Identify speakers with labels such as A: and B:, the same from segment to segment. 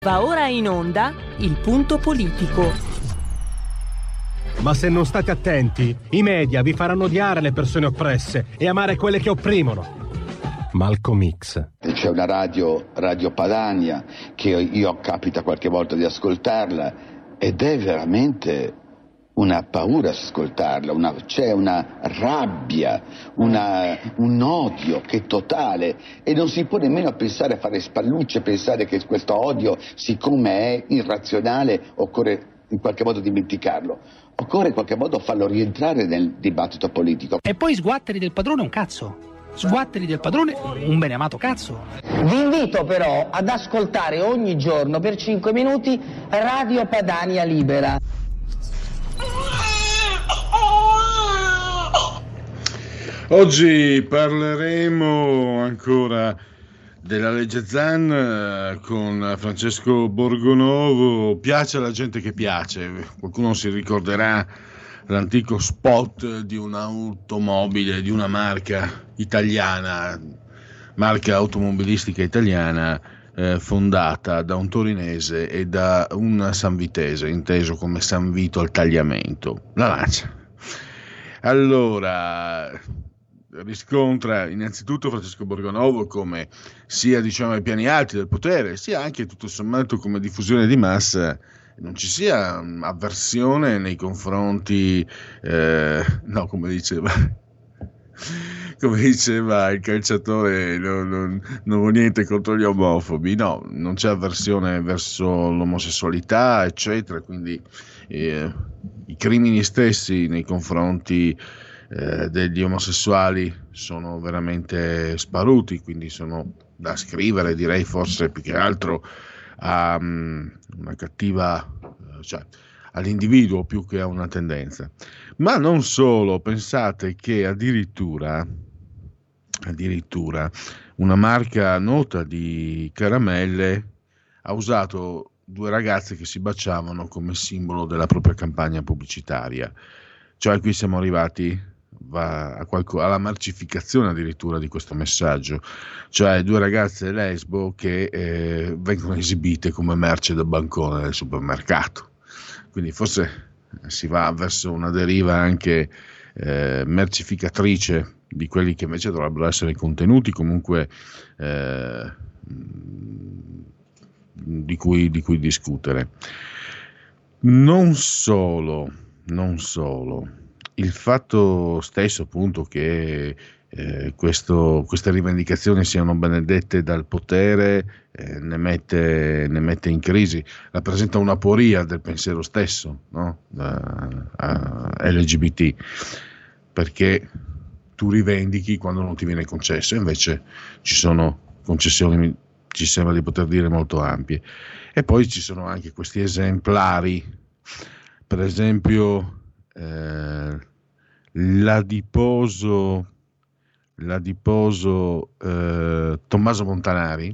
A: Va ora in onda il punto politico.
B: Ma se non state attenti, i media vi faranno odiare le persone oppresse e amare quelle che opprimono. Malcolm X.
C: C'è una Radio Padania, che io capita qualche volta di ascoltarla, ed è veramente una paura ascoltarla, c'è una rabbia, un odio che è totale, e non si può nemmeno pensare a fare spallucce, pensare che questo odio, siccome è irrazionale, occorre in qualche modo dimenticarlo. Occorre in qualche modo farlo rientrare nel dibattito politico.
D: E poi sguatteri del padrone un cazzo. Sguatteri del padrone un beneamato cazzo.
E: Vi invito però ad ascoltare ogni giorno per 5 minuti Radio Padania Libera.
F: Oggi parleremo ancora della legge Zan con Francesco Borgonovo. Piace alla gente che piace. Qualcuno si ricorderà l'antico spot di un'automobile, di una marca italiana, marca automobilistica italiana, fondata da un torinese e da un sanvitese, inteso come San Vito al tagliamento, la Lancia. Allora, riscontra innanzitutto Francesco Borgonovo come sia, diciamo, ai piani alti del potere, sia anche tutto sommato come diffusione di massa non ci sia avversione nei confronti, no, come diceva il calciatore, non ho niente contro gli omofobi, no, non c'è avversione verso l'omosessualità, eccetera, quindi i crimini stessi nei confronti degli omosessuali sono veramente sparuti, quindi sono da ascrivere, direi, forse più che altro a una cattiva, cioè all'individuo più che a una tendenza. Ma non solo, pensate che addirittura una marca nota di caramelle ha usato due ragazze che si baciavano come simbolo della propria campagna pubblicitaria. Cioè qui siamo arrivati alla mercificazione addirittura di questo messaggio, cioè due ragazze lesbo che vengono esibite come merce da bancone del supermercato. Quindi forse si va verso una deriva anche mercificatrice di quelli che invece dovrebbero essere contenuti comunque di cui discutere. Non solo il fatto stesso, appunto, che queste rivendicazioni siano benedette dal potere ne mette in crisi, rappresenta un'aporia del pensiero stesso, no? LGBT, perché tu rivendichi quando non ti viene concesso, invece ci sono concessioni, ci sembra di poter dire, molto ampie. E poi ci sono anche questi esemplari, per esempio l'adiposo Tommaso Montanari,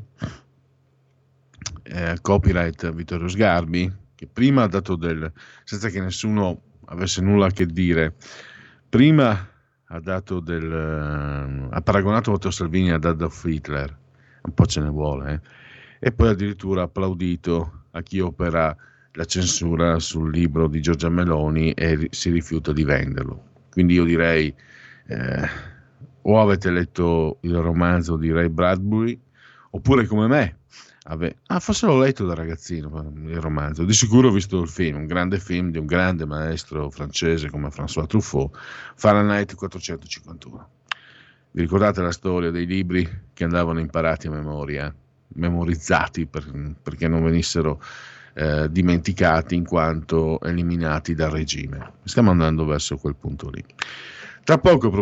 F: copyright Vittorio Sgarbi, che prima ha dato senza che nessuno avesse nulla a che dire, prima ha paragonato Matteo Salvini ad Adolf Hitler, un po' ce ne vuole, e poi addirittura ha applaudito a chi opera la censura sul libro di Giorgia Meloni e si rifiuta di venderlo. Quindi io direi, o avete letto il romanzo di Ray Bradbury, oppure come me, forse l'ho letto da ragazzino il romanzo, di sicuro ho visto il film, un grande film di un grande maestro francese come François Truffaut, Fahrenheit 451. Vi ricordate la storia dei libri che andavano imparati a memoria, memorizzati perché non venissero dimenticati in quanto eliminati dal regime? Stiamo andando verso quel punto lì. Tra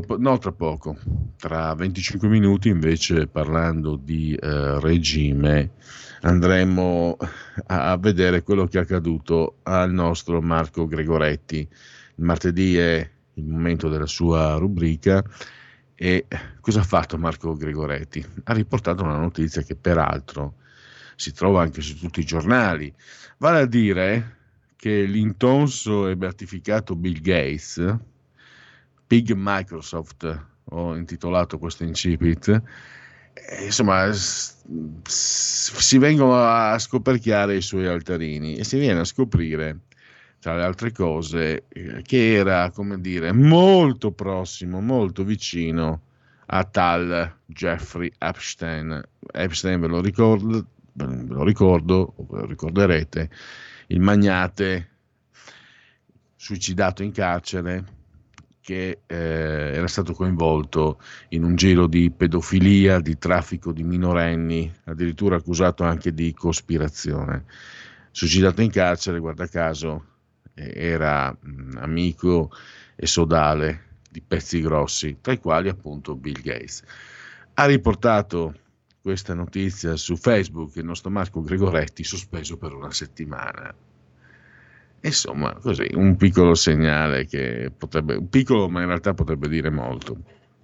F: 25 minuti invece, parlando di regime, andremo a vedere quello che è accaduto al nostro Marco Gregoretti. Il martedì è il momento della sua rubrica. E cosa ha fatto Marco Gregoretti? Ha riportato una notizia che peraltro si trova anche su tutti i giornali, vale a dire che l'intonso e beatificato Bill Gates, Pig Microsoft, ho intitolato questo incipit, insomma, si vengono a scoperchiare i suoi altarini e si viene a scoprire, tra le altre cose, che era, come dire, molto prossimo, molto vicino a tal Jeffrey Epstein. Epstein, ve lo ricordo, o ve lo ricorderete, il magnate suicidato in carcere, che era stato coinvolto in un giro di pedofilia, di traffico di minorenni, addirittura accusato anche di cospirazione. Suicidato in carcere, guarda caso, era amico e sodale di pezzi grossi, tra i quali appunto Bill Gates. Ha riportato questa notizia su Facebook il nostro Marco Gregoretti, sospeso per una settimana. Insomma, così, un piccolo segnale che potrebbe, un piccolo ma in realtà potrebbe dire molto.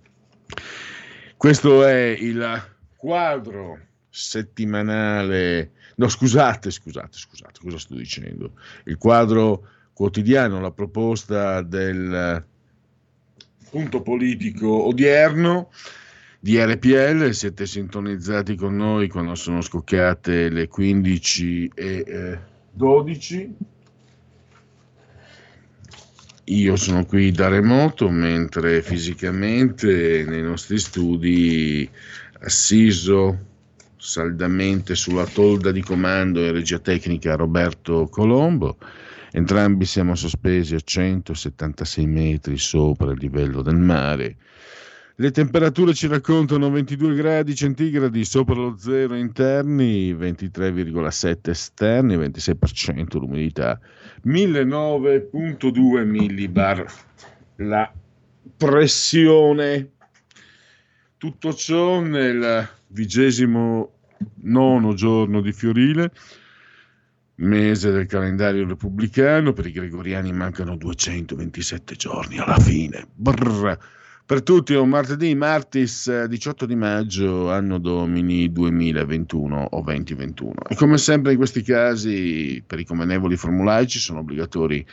F: Questo è il quadro settimanale, no scusate, cosa sto dicendo? Il quadro quotidiano, la proposta del punto politico odierno di RPL. Siete sintonizzati con noi quando sono scocchiate le 15:12. Io sono qui da remoto, mentre fisicamente nei nostri studi, assiso saldamente sulla tolda di comando e regia tecnica, Roberto Colombo. Entrambi siamo sospesi a 176 metri sopra il livello del mare. Le temperature ci raccontano 22 gradi centigradi sopra lo zero interni, 23,7 esterni, 26% l'umidità, 1009,2 millibar la pressione. Tutto ciò nel 29° giorno di Fiorile, mese del calendario repubblicano. Per i gregoriani mancano 227 giorni alla fine. Brrr. Per tutti è un martis 18 di maggio, anno domini 2021 o 2021. E come sempre in questi casi, per i convenevoli formulaici, sono obbligatori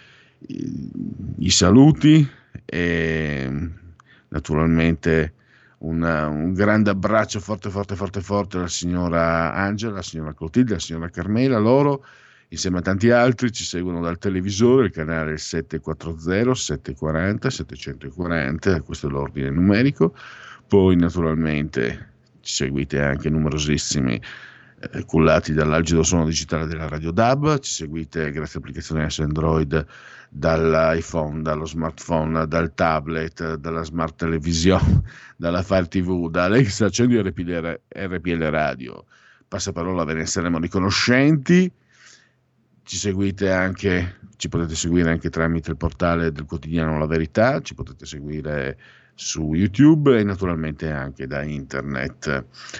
F: i saluti e naturalmente un grande abbraccio forte alla signora Angela, alla signora Clotilde, alla signora Carmela. Loro, insieme a tanti altri, ci seguono dal televisore, il canale 740, 740, 740, questo è l'ordine numerico. Poi naturalmente ci seguite anche numerosissimi cullati dall'algido suono digitale della Radio DAB, ci seguite grazie all'applicazione Android dall'iPhone, dallo smartphone, dal tablet, dalla smart televisione, dalla Fire TV, da Alexa, accendi RPL Radio, passaparola, ve ne saremo riconoscenti. Ci seguite anche, ci potete seguire anche tramite il portale del quotidiano La Verità, ci potete seguire su YouTube e naturalmente anche da internet.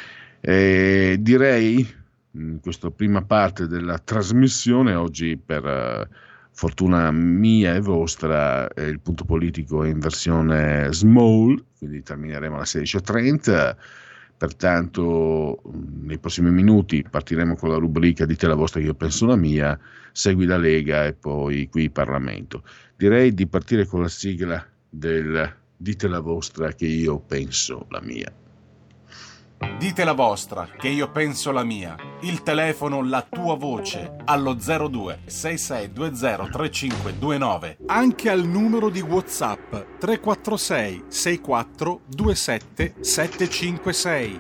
F: Direi in questa prima parte della trasmissione, oggi per fortuna mia e vostra, il punto politico è in versione small, quindi termineremo alle 16:30. Pertanto nei prossimi minuti partiremo con la rubrica Dite la vostra che io penso la mia, segui la Lega e poi qui Parlamento. Direi di partire con la sigla del Dite la vostra che io penso la mia.
G: Dite la vostra che io penso la mia. Il telefono, la tua voce allo 02 6620 3529. Anche al numero di WhatsApp 346 64 27 756.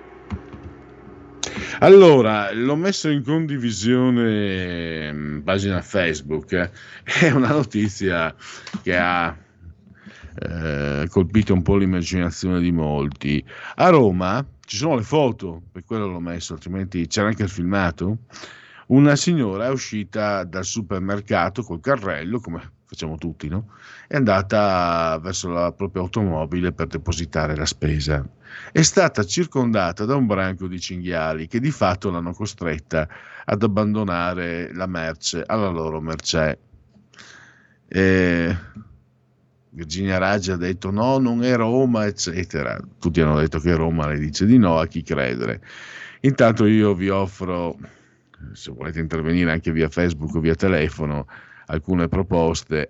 F: Allora, l'ho messo in condivisione pagina Facebook. È una notizia che ha colpito un po' l'immaginazione di molti. A Roma ci sono le foto, per quello l'ho messo, altrimenti c'era anche il filmato. Una signora è uscita dal supermercato col carrello, come facciamo tutti, no? È andata verso la propria automobile per depositare la spesa. È stata circondata da un branco di cinghiali che di fatto l'hanno costretta ad abbandonare la merce alla loro mercé. Virginia Raggi ha detto no, non è Roma, eccetera. Tutti hanno detto che Roma le dice di no, a chi credere. Intanto io vi offro, se volete intervenire anche via Facebook o via telefono, alcune proposte.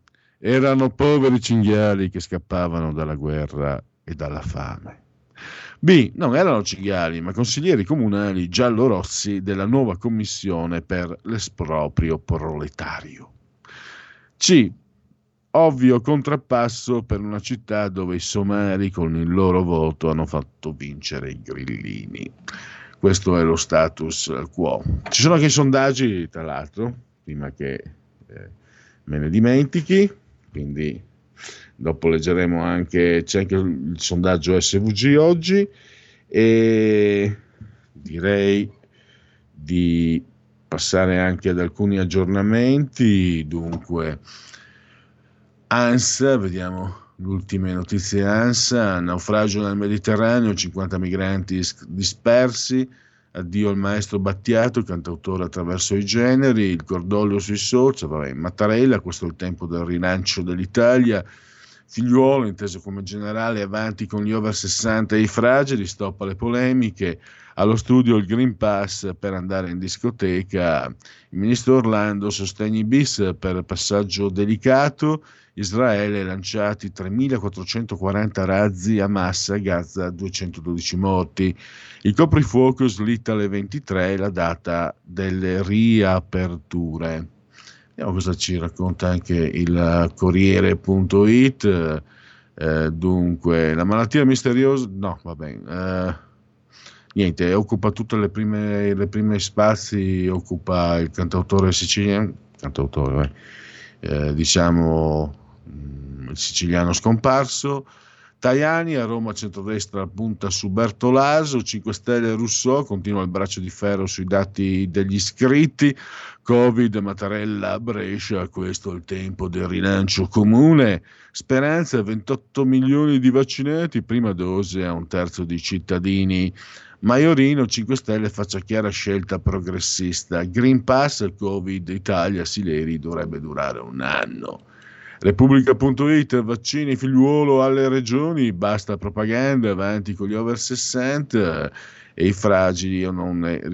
F: Erano poveri cinghiali che scappavano dalla guerra e dalla fame. B. Non erano cinghiali, ma consiglieri comunali giallorossi della nuova commissione per l'esproprio proletario. C. Ovvio contrappasso per una città dove i somari con il loro voto hanno fatto vincere i grillini. Questo è lo status quo. Ci sono anche i sondaggi, tra l'altro, prima che me ne dimentichi, quindi dopo leggeremo anche, c'è anche il sondaggio SVG oggi, e direi di passare anche ad alcuni aggiornamenti. Dunque, ANSA, vediamo le ultime notizie ANSA: naufragio nel Mediterraneo, 50 migranti dispersi, addio al maestro Battiato, cantautore attraverso i generi, il cordoglio sui social, Mattarella, questo è il tempo del rilancio dell'Italia, Figliuolo, inteso come generale, avanti con gli over 60 e i fragili, stop alle polemiche, allo studio il Green Pass per andare in discoteca, il ministro Orlando, sostegni bis per passaggio delicato, Israele, lanciati 3.440 razzi a massa, Gaza 212 morti, il coprifuoco slitta alle 23, la data delle riaperture. Vediamo cosa ci racconta anche il Corriere.it. Dunque, la malattia misteriosa, niente, occupa tutte le prime spazi, occupa il cantautore siciliano, diciamo il siciliano scomparso. Tajani, a Roma centrodestra punta su Bertolaso, 5 Stelle Rousseau, continua il braccio di ferro sui dati degli iscritti, Covid, Mattarella a Brescia, questo è il tempo del rilancio comune, Speranza, 28 milioni di vaccinati, prima dose a un terzo dei cittadini, Maiorino, 5 Stelle faccia chiara scelta progressista, Green Pass, Covid, Italia, Sileri, dovrebbe durare un anno. Repubblica.it, vaccini Figliuolo alle regioni, basta propaganda, avanti con gli over 60 e i fragili, non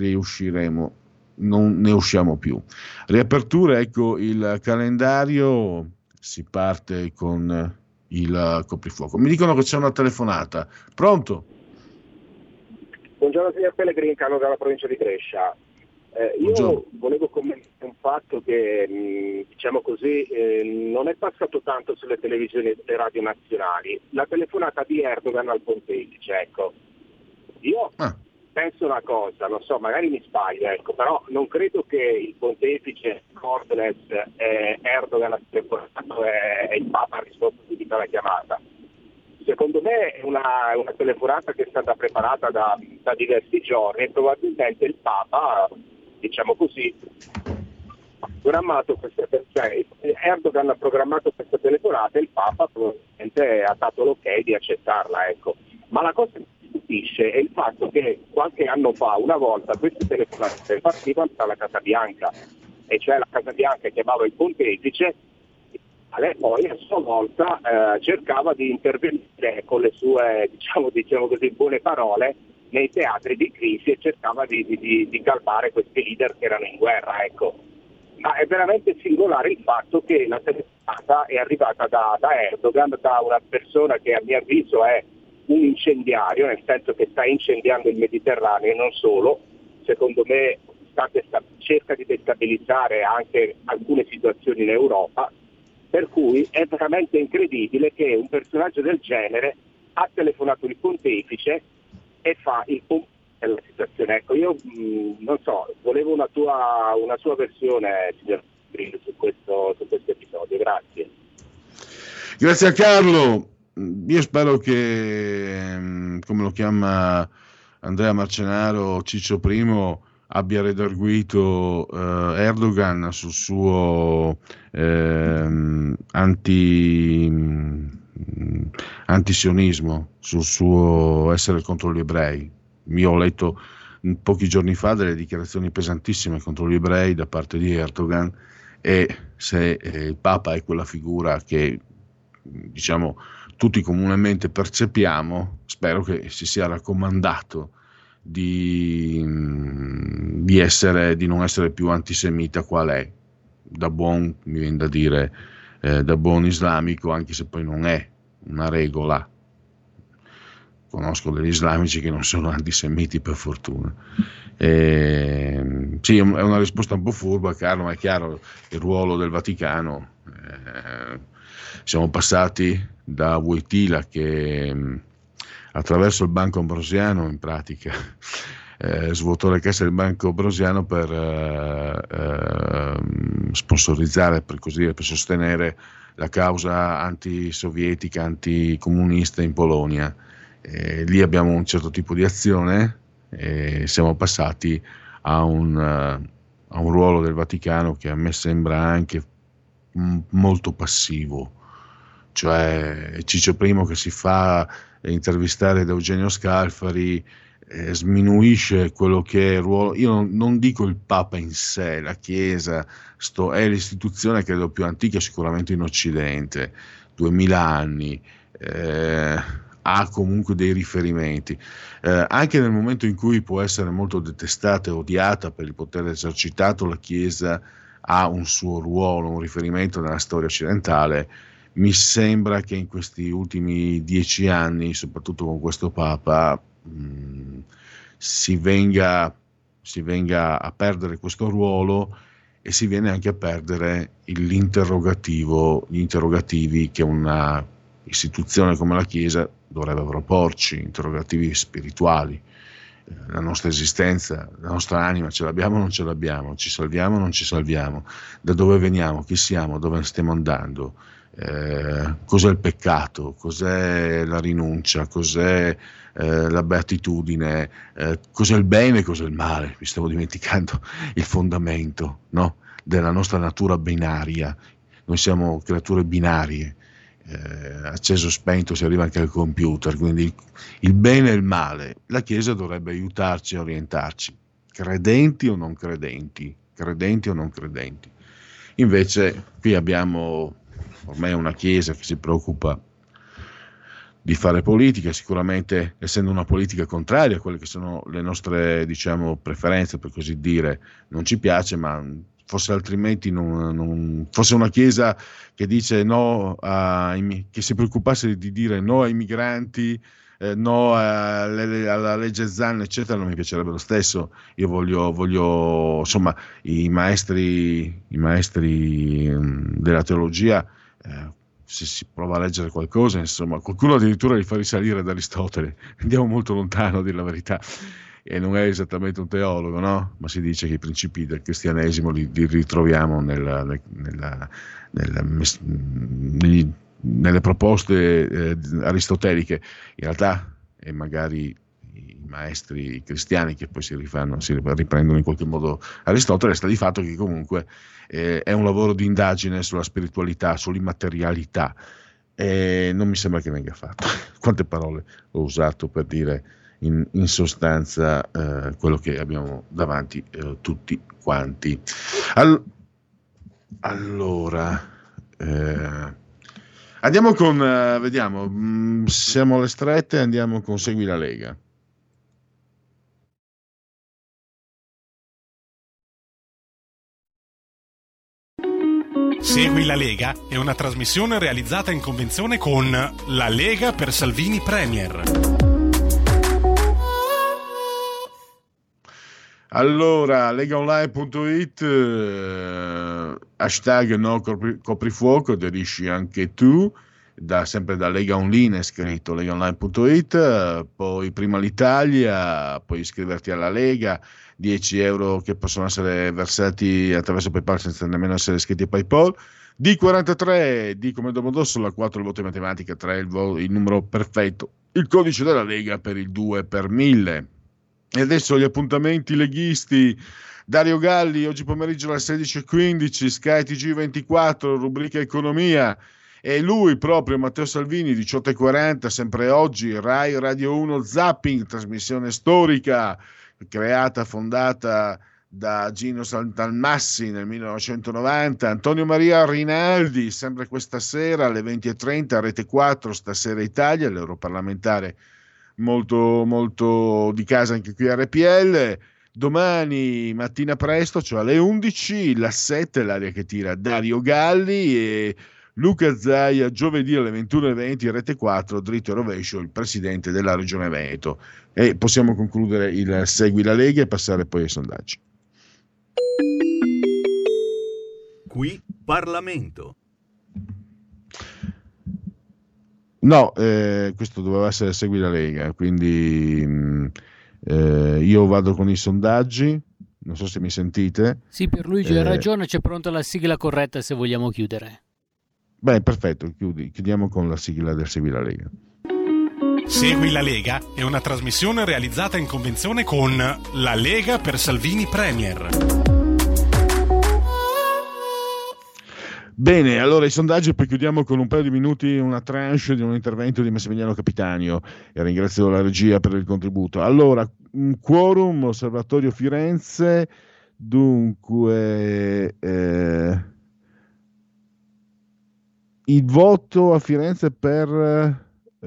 F: ne usciamo più. Riapertura, ecco il calendario, si parte con il coprifuoco. Mi dicono che c'è una telefonata. Pronto?
H: Buongiorno signor Pellegrini, Carlo dalla provincia di Brescia. Io volevo commentare un fatto che, diciamo così, non è passato tanto sulle televisioni e le radio nazionali, la telefonata di Erdogan al pontefice, ecco. Io penso una cosa, non so, magari mi sbaglio, ecco, però non credo che il pontefice cordless Erdogan ha telefonato e il Papa ha risposto subito alla chiamata. Secondo me è una telefonata che è stata preparata da diversi giorni e probabilmente il Papa, diciamo così, Erdogan ha programmato questa telefonata e il Papa probabilmente ha dato l'ok di accettarla, ecco. Ma la cosa che mi stupisce è il fatto che qualche anno fa, una volta, queste telefonate partivano dalla Casa Bianca, e cioè la Casa Bianca chiamava il pontefice, poi a sua volta cercava di intervenire con le sue, diciamo così, buone parole nei teatri di crisi e cercava di calmare questi leader che erano in guerra, ecco. Ma è veramente singolare il fatto che la telefonata è arrivata da Erdogan, da una persona che a mio avviso è un incendiario, nel senso che sta incendiando il Mediterraneo e non solo, secondo me cerca di destabilizzare anche alcune situazioni in Europa, per cui è veramente incredibile che un personaggio del genere ha telefonato il pontefice e fa il punto della situazione. Ecco, io non so, volevo una sua versione, signor Grillo, su questo episodio. Grazie.
F: Grazie a Carlo. Io spero che, come lo chiama Andrea Marcenaro, Ciccio Primo, abbia redarguito Erdogan sul suo antisionismo, sul suo essere contro gli ebrei. Io ho letto pochi giorni fa delle dichiarazioni pesantissime contro gli ebrei da parte di Erdogan, e se il Papa è quella figura che, diciamo, tutti comunemente percepiamo, spero che si sia raccomandato di non essere più antisemita qual è, da buon, mi viene da dire, da buon islamico, anche se poi non è una regola, conosco degli islamici che non sono antisemiti, per fortuna. Sì, è una risposta un po' furba, Carlo, ma è chiaro il ruolo del Vaticano. Siamo passati da Wojtyla che attraverso il Banco Ambrosiano in pratica svuotò le casse del Banco Ambrosiano per sponsorizzare, per così dire, per sostenere la causa antisovietica, anticomunista in Polonia. Lì abbiamo un certo tipo di azione e siamo passati a un ruolo del Vaticano che a me sembra anche molto passivo, cioè Ciccio I che si fa intervistare da Eugenio Scalfari sminuisce quello che è il ruolo. Io non dico il Papa in sé, la Chiesa è l'istituzione credo più antica sicuramente in Occidente, 2000 anni, ha comunque dei riferimenti, anche nel momento in cui può essere molto detestata e odiata per il potere esercitato, la Chiesa ha un suo ruolo, un riferimento nella storia occidentale. Mi sembra che in questi ultimi 10 anni, soprattutto con questo Papa, si venga a perdere questo ruolo e si viene anche a perdere gli interrogativi che una istituzione come la Chiesa dovrebbe proporci, interrogativi spirituali. La nostra esistenza, la nostra anima, ce l'abbiamo o non ce l'abbiamo, ci salviamo o non ci salviamo, da dove veniamo, chi siamo, dove stiamo andando, cos'è il peccato, cos'è la rinuncia, cos'è la beatitudine, cos'è il bene, cos'è il male. Mi stavo dimenticando il fondamento, no? Della nostra natura binaria. Noi siamo creature binarie, acceso spento si arriva anche al computer, quindi il bene e il male. La Chiesa dovrebbe aiutarci a orientarci, credenti o non credenti, invece qui abbiamo ormai una Chiesa che si preoccupa di fare politica, sicuramente essendo una politica contraria a quelle che sono le nostre, diciamo, preferenze, per così dire. Non ci piace, ma forse altrimenti fosse una Chiesa che dice no che si preoccupasse di dire no ai migranti, no alla legge Zan, eccetera, non mi piacerebbe lo stesso. Io voglio insomma, i maestri della teologia, se si prova a leggere qualcosa, insomma, qualcuno addirittura li fa risalire ad Aristotele. Andiamo molto lontano, a dire la verità. E non è esattamente un teologo, no? Ma si dice che i principi del cristianesimo li ritroviamo nelle proposte aristoteliche. In realtà, e magari i maestri cristiani che poi si riprendono in qualche modo Aristotele, sta di fatto che comunque è un lavoro di indagine sulla spiritualità, sull'immaterialità, e non mi sembra che venga fatto. Quante parole ho usato per dire in sostanza quello che abbiamo davanti tutti quanti. Allora andiamo con vediamo, siamo alle strette, andiamo con Segui la Lega.
G: Segui la Lega è una trasmissione realizzata in convenzione con La Lega per Salvini Premier.
F: Allora, legaonline.it, hashtag no coprifuoco, aderisci anche tu, sempre da Lega Online è scritto, legaonline.it, poi prima l'Italia, puoi iscriverti alla Lega, 10 euro che possono essere versati attraverso PayPal senza nemmeno essere iscritti a PayPal. D43, D come Domodossola, 4 il voto in matematica, 3 il numero perfetto, il codice della Lega per il 2 per 1000. E adesso gli appuntamenti leghisti. Dario Galli oggi pomeriggio alle 16:15, Sky TG24, rubrica Economia, e lui proprio Matteo Salvini 18:40, sempre oggi Rai Radio 1 Zapping, trasmissione storica fondata da Gino Saltamassi nel 1990. Antonio Maria Rinaldi sempre questa sera alle 20:30, Rete 4 Stasera Italia, l'europarlamentare molto molto di casa anche qui a RPL. Domani mattina presto, cioè alle 11, la 7, l'aria che tira Dario Galli, e Luca Zaia, giovedì alle 21:20, Rete 4, dritto e rovescio, il presidente della Regione Veneto. E possiamo concludere il Segui la Lega e passare poi ai sondaggi.
I: Qui Parlamento.
F: No, questo doveva essere Segui la Lega, quindi io vado con i sondaggi, non so se mi sentite.
J: Sì, Pierluigi ha ragione, c'è pronta la sigla corretta se vogliamo chiudere.
F: Beh, perfetto, chiudiamo con la sigla del Segui la Lega.
G: Segui la Lega è una trasmissione realizzata in convenzione con La Lega per Salvini Premier.
F: Bene, allora i sondaggi, poi chiudiamo con un paio di minuti una tranche di un intervento di Massimiliano Capitanio e ringrazio la regia per il contributo. Allora, un quorum, Osservatorio Firenze, dunque il voto a Firenze per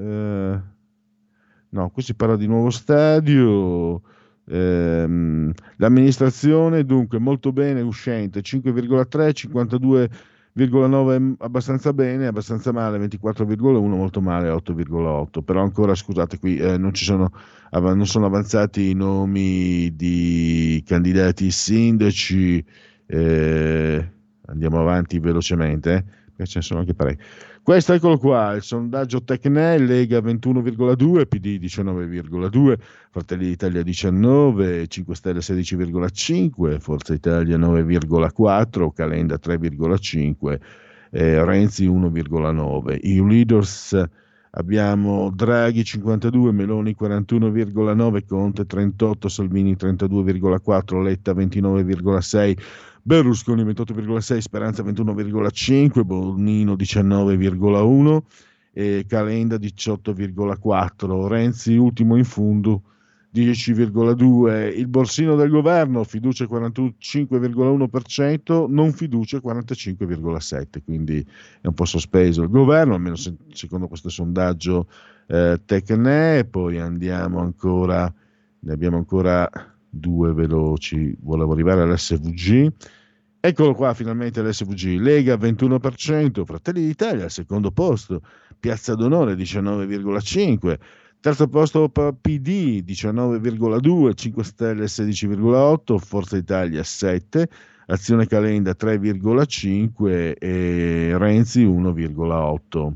F: no, qui si parla di nuovo stadio. L'amministrazione dunque molto bene, uscente 5,3, 52,9 abbastanza bene, abbastanza male 24,1, molto male 8,8. Però ancora, scusate, qui non sono avanzati i nomi di candidati sindaci. Andiamo avanti velocemente, perché ce ne sono anche parecchi. Questo, eccolo qua, il sondaggio Tecne, Lega 21,2, PD 19,2, Fratelli d'Italia 19, 5 Stelle 16,5, Forza Italia 9,4, Calenda 3,5, Renzi 1,9. EU Leaders abbiamo Draghi 52, Meloni 41,9, Conte 38, Salvini 32,4, Letta 29,6, Berlusconi 28,6, Speranza 21,5, Bonino 19,1 e Calenda 18,4, Renzi ultimo in fondo 10,2. Il borsino del governo, fiducia 45,1%, non fiducia 45,7%, quindi è un po' sospeso il governo, almeno secondo questo sondaggio Tecne. Poi andiamo ancora, ne abbiamo ancora due veloci, volevo arrivare all'SVG. Eccolo qua, finalmente l'SVG. Lega 21%, Fratelli d'Italia al secondo posto, Piazza d'Onore 19,5%, terzo posto PD 19,2%, 5 Stelle 16,8%, Forza Italia 7%, Azione Calenda 3,5% e Renzi 1,8%.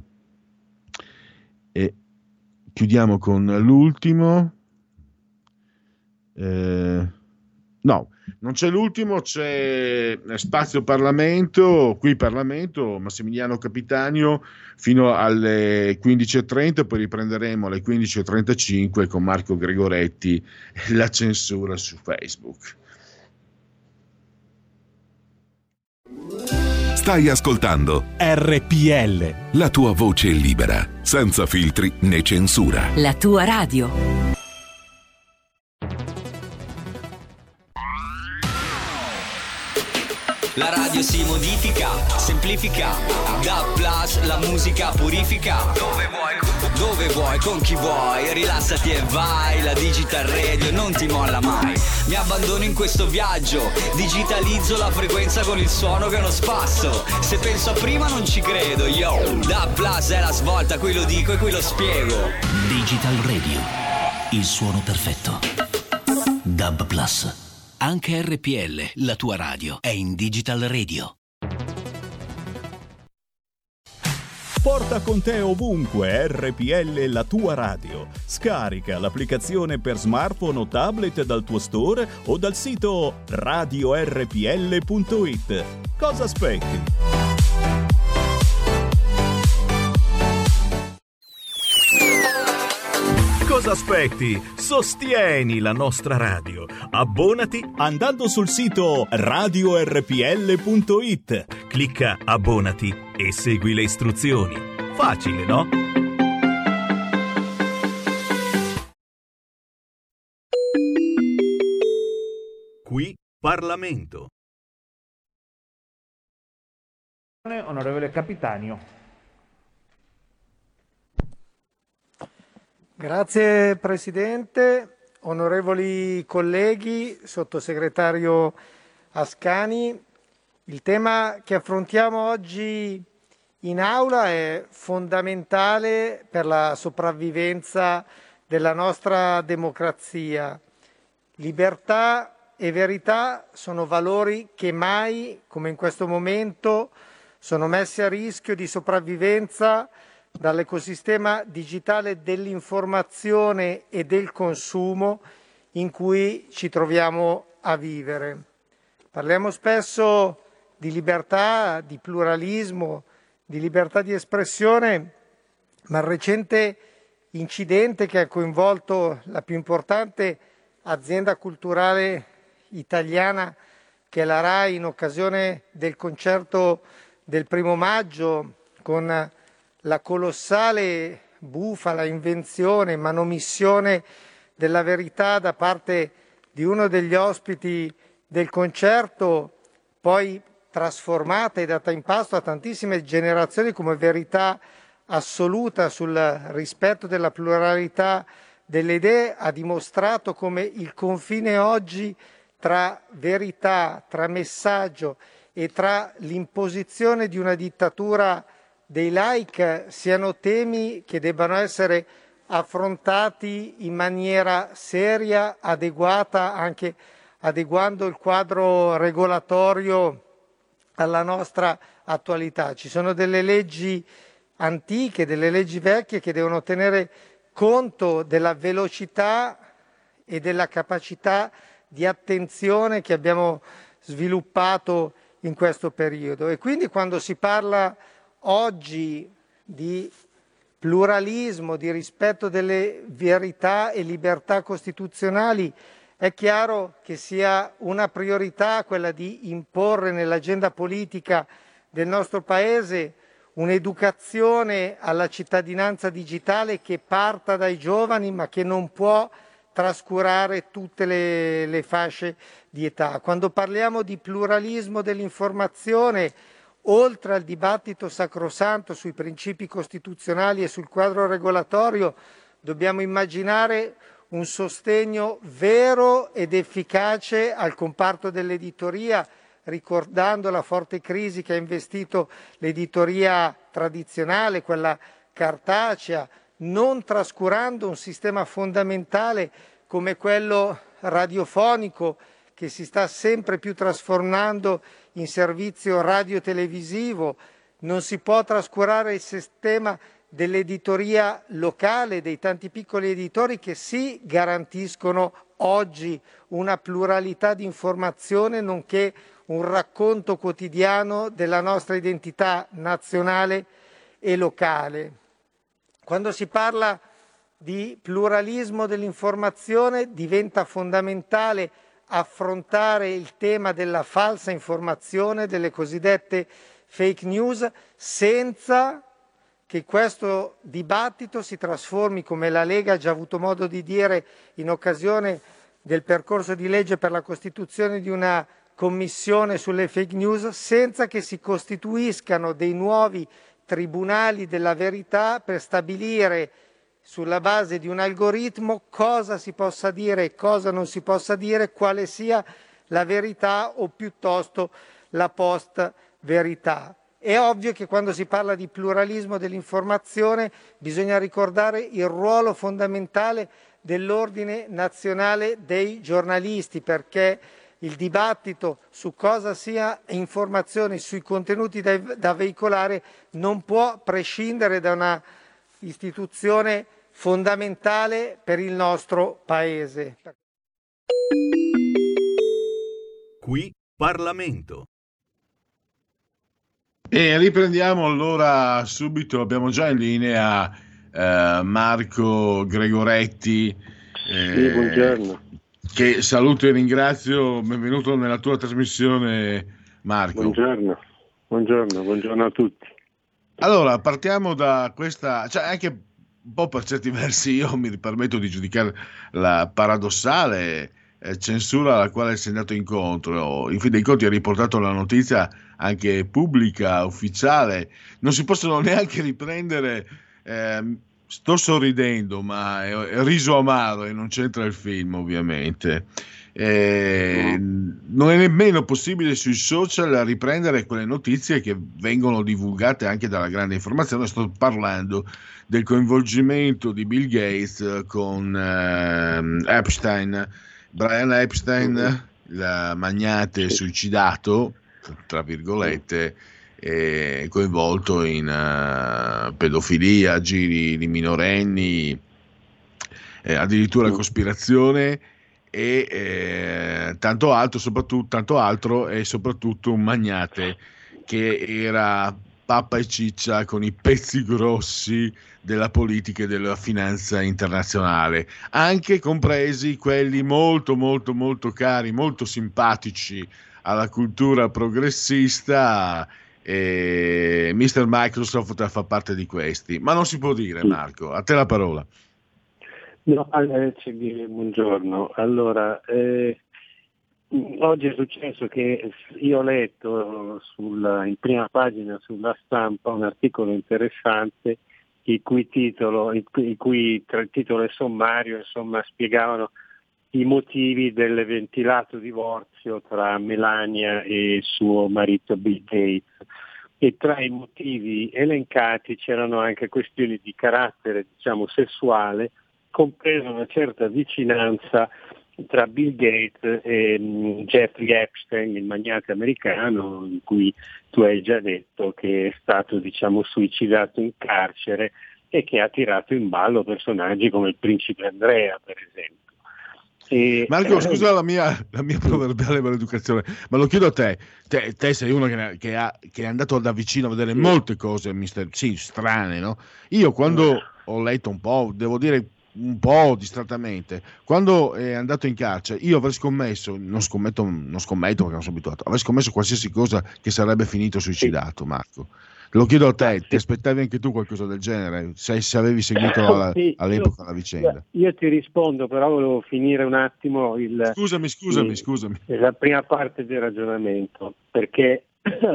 F: E chiudiamo con l'ultimo. No, non c'è l'ultimo, c'è Spazio Parlamento, qui Parlamento, Massimiliano Capitanio fino alle 15:30, poi riprenderemo alle 15:35 con Marco Gregoretti la censura su Facebook.
I: Stai ascoltando
G: RPL,
I: la tua voce libera, senza filtri né censura.
A: La tua radio.
K: La radio si modifica, semplifica, da plus la musica purifica. Dove vuoi, con chi vuoi, rilassati e vai. La Digital Radio non ti molla mai. Mi abbandono in questo viaggio, digitalizzo la frequenza con il suono che non spasso. Se penso a prima non ci credo, yo. Da plus è la svolta, qui lo dico e qui lo spiego.
L: Digital Radio, il suono perfetto. DAB Plus. Anche RPL, la tua radio, è in Digital Radio.
M: Porta con te ovunque RPL, la tua radio. Scarica l'applicazione per smartphone o tablet dal tuo store o dal sito radiorpl.it. Cosa aspetti? Cosa aspetti? Sostieni la nostra radio. Abbonati andando sul sito radiorpl.it. Clicca abbonati e segui le istruzioni. Facile, no? Qui Parlamento.
N: Onorevole Capitanio.
O: Grazie Presidente, onorevoli colleghi, Sottosegretario Ascani. Il tema che affrontiamo oggi in aula è fondamentale per la sopravvivenza della nostra democrazia. Libertà e verità sono valori che mai, come in questo momento, sono messi a rischio di sopravvivenza dall'ecosistema digitale dell'informazione e del consumo in cui ci troviamo a vivere. Parliamo spesso di libertà, di pluralismo, di libertà di espressione, ma il recente incidente che ha coinvolto la più importante azienda culturale italiana, che è la RAI, in occasione del concerto del 1° maggio, con la colossale bufala, invenzione, manomissione della verità da parte di uno degli ospiti del concerto, poi trasformata e data in pasto a tantissime generazioni come verità assoluta sul rispetto della pluralità delle idee, ha dimostrato come il confine oggi tra verità, tra messaggio e tra l'imposizione di una dittatura dei like siano temi che debbano essere affrontati in maniera seria, adeguata, anche adeguando il quadro regolatorio alla nostra attualità. Ci sono delle leggi antiche, delle leggi vecchie che devono tenere conto della velocità e della capacità di attenzione che abbiamo sviluppato in questo periodo. E quindi quando si parla oggi di pluralismo, di rispetto delle verità e libertà costituzionali, è chiaro che sia una priorità quella di imporre nell'agenda politica del nostro Paese un'educazione alla cittadinanza digitale che parta dai giovani, ma che non può trascurare tutte le fasce di età. Quando parliamo di pluralismo dell'informazione, oltre al dibattito sacrosanto sui principi costituzionali e sul quadro regolatorio, dobbiamo immaginare un sostegno vero ed efficace al comparto dell'editoria, ricordando la forte crisi che ha investito l'editoria tradizionale, quella cartacea, non trascurando un sistema fondamentale come quello radiofonico, che si sta sempre più trasformando in servizio radiotelevisivo. Non si può trascurare il sistema dell'editoria locale, dei tanti piccoli editori che sì garantiscono oggi una pluralità di informazione, nonché un racconto quotidiano della nostra identità nazionale e locale. Quando si parla di pluralismo dell'informazione diventa fondamentale affrontare il tema della falsa informazione, delle cosiddette fake news, senza che questo dibattito si trasformi, come la Lega ha già avuto modo di dire in occasione del percorso di legge per la costituzione di una commissione sulle fake news, senza che si costituiscano dei nuovi tribunali della verità per stabilire sulla base di un algoritmo cosa si possa dire e cosa non si possa dire, quale sia la verità o piuttosto la post-verità. È ovvio che quando si parla di pluralismo dell'informazione bisogna ricordare il ruolo fondamentale dell'Ordine Nazionale dei Giornalisti, perché il dibattito su cosa sia informazione, sui contenuti da veicolare, non può prescindere da una istituzione fondamentale per il nostro Paese.
P: Qui Parlamento.
F: E riprendiamo allora subito, abbiamo già in linea Marco Gregoretti,
Q: sì, buongiorno.
F: Che saluto e ringrazio, benvenuto nella tua trasmissione Marco.
Q: Buongiorno a tutti.
F: Allora, partiamo da questa, cioè anche un po' per certi versi io mi permetto di giudicare la paradossale censura alla quale sei andato incontro. In fin dei conti hai riportato la notizia anche pubblica, ufficiale, non si possono neanche riprendere, sto sorridendo ma è riso amaro e non c'entra il film ovviamente, Non è nemmeno possibile sui social riprendere quelle notizie che vengono divulgate anche dalla grande informazione. Sto parlando del coinvolgimento di Bill Gates con Epstein, Brian Epstein, il magnate suicidato, tra virgolette, coinvolto in pedofilia, giri di minorenni, addirittura cospirazione e tanto altro, e soprattutto un magnate che era pappa e ciccia con i pezzi grossi della politica e della finanza internazionale, anche compresi quelli molto molto molto cari, molto simpatici alla cultura progressista. Mr. Microsoft fa parte di questi, ma non si può dire. Marco, a te la parola.
Q: No, buongiorno. Allora, oggi è successo che io ho letto in prima pagina sulla Stampa un articolo interessante il cui titolo e sommario, insomma, spiegavano i motivi del ventilato divorzio tra Melania e suo marito Bill Gates, e tra i motivi elencati c'erano anche questioni di carattere, diciamo, sessuale, compresa una certa vicinanza tra Bill Gates e Jeffrey Epstein, il magnate americano, in cui tu hai già detto che è stato, diciamo, suicidato in carcere e che ha tirato in ballo personaggi come il principe Andrea, per esempio.
F: Marco, scusa la mia proverbiale maleducazione, ma lo chiedo a te. Te sei uno che è andato da vicino a vedere molte cose strane, no? Io quando ho letto un po', devo dire un po' distrattamente, quando è andato in carcere, io avrei scommesso, non scommetto perché non sono abituato, avrei scommesso qualsiasi cosa che sarebbe finito suicidato. Marco, lo chiedo a te, ti aspettavi anche tu qualcosa del genere, se avevi seguito all'epoca la vicenda?
Q: Io ti rispondo, però volevo finire un attimo
F: scusami
Q: la prima parte del ragionamento, perché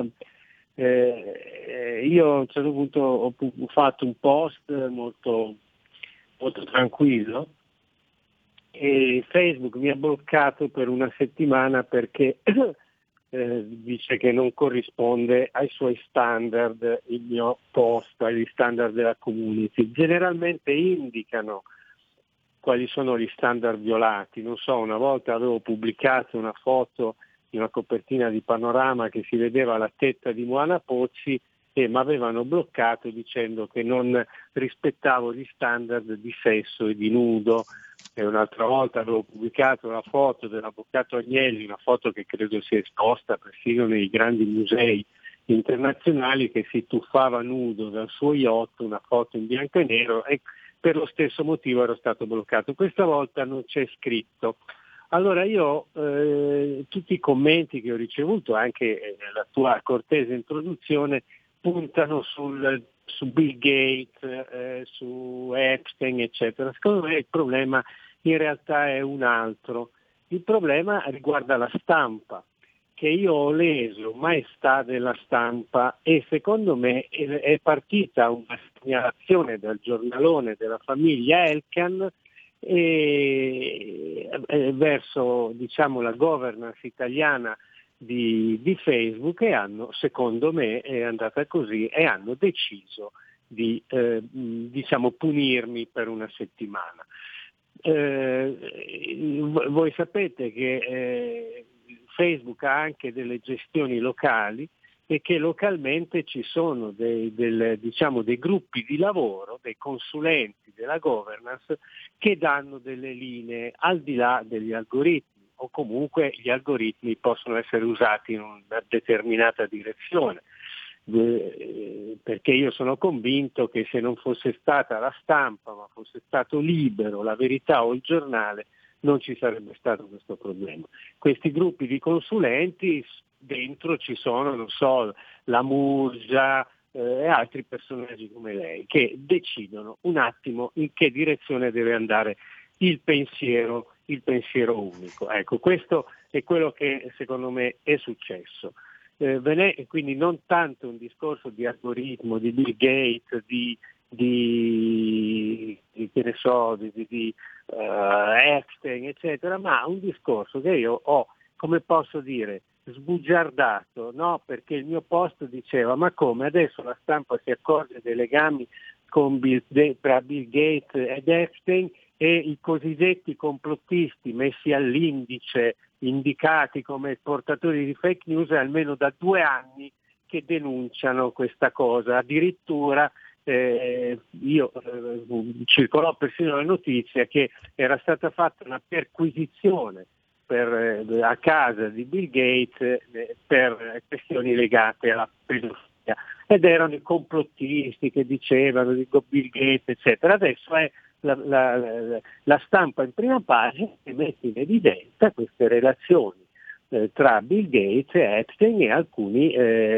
Q: io a un certo punto ho fatto un post molto molto tranquillo e Facebook mi ha bloccato per una settimana perché dice che non corrisponde ai suoi standard il mio post, agli standard della community. Generalmente indicano quali sono gli standard violati. Non so, una volta avevo pubblicato una foto di una copertina di Panorama che si vedeva la tetta di Moana Pozzi e mi avevano bloccato dicendo che non rispettavo gli standard di sesso e di nudo. E un'altra volta avevo pubblicato la foto dell'avvocato Agnelli, una foto che credo sia esposta persino nei grandi musei internazionali, che si tuffava nudo dal suo yacht, una foto in bianco e nero, e per lo stesso motivo ero stato bloccato. Questa volta non c'è scritto. Allora io tutti i commenti che ho ricevuto, anche nella tua cortese introduzione, puntano su Bill Gates, su Epstein, eccetera. Secondo me il problema in realtà è un altro. Il problema riguarda la stampa, che io ho leso Maestà della Stampa, e secondo me è partita una segnalazione dal giornalone della famiglia Elkann verso, diciamo, la governance italiana di Facebook, e hanno, secondo me è andata così, e hanno deciso di diciamo punirmi per una settimana. Voi sapete che Facebook ha anche delle gestioni locali e che localmente ci sono dei gruppi di lavoro, dei consulenti della governance che danno delle linee al di là degli algoritmi, o comunque gli algoritmi possono essere usati in una determinata direzione, perché io sono convinto che se non fosse stata la stampa, ma fosse stato Libero, La Verità o Il Giornale, non ci sarebbe stato questo problema. Questi gruppi di consulenti, dentro ci sono, non so, la Murgia e altri personaggi come lei, che decidono un attimo in che direzione deve andare il pensiero unico. Ecco, questo è quello che secondo me è successo. Quindi non tanto un discorso di algoritmo, di Bill Gates, di che ne so, di Epstein, eccetera, ma un discorso che io ho, come posso dire, sbugiardato, no? Perché il mio post diceva: ma come adesso la stampa si accorge dei legami tra Bill Gates ed Epstein, e i cosiddetti complottisti messi all'indice, indicati come portatori di fake news, almeno da 2 anni che denunciano questa cosa. Addirittura circolò persino la notizia che era stata fatta una perquisizione a casa di Bill Gates per questioni legate alla pedofilia, ed erano i complottisti che dicevano di Bill Gates, eccetera. Adesso è la stampa in prima pagina che mette in evidenza queste relazioni tra Bill Gates e Epstein e alcuni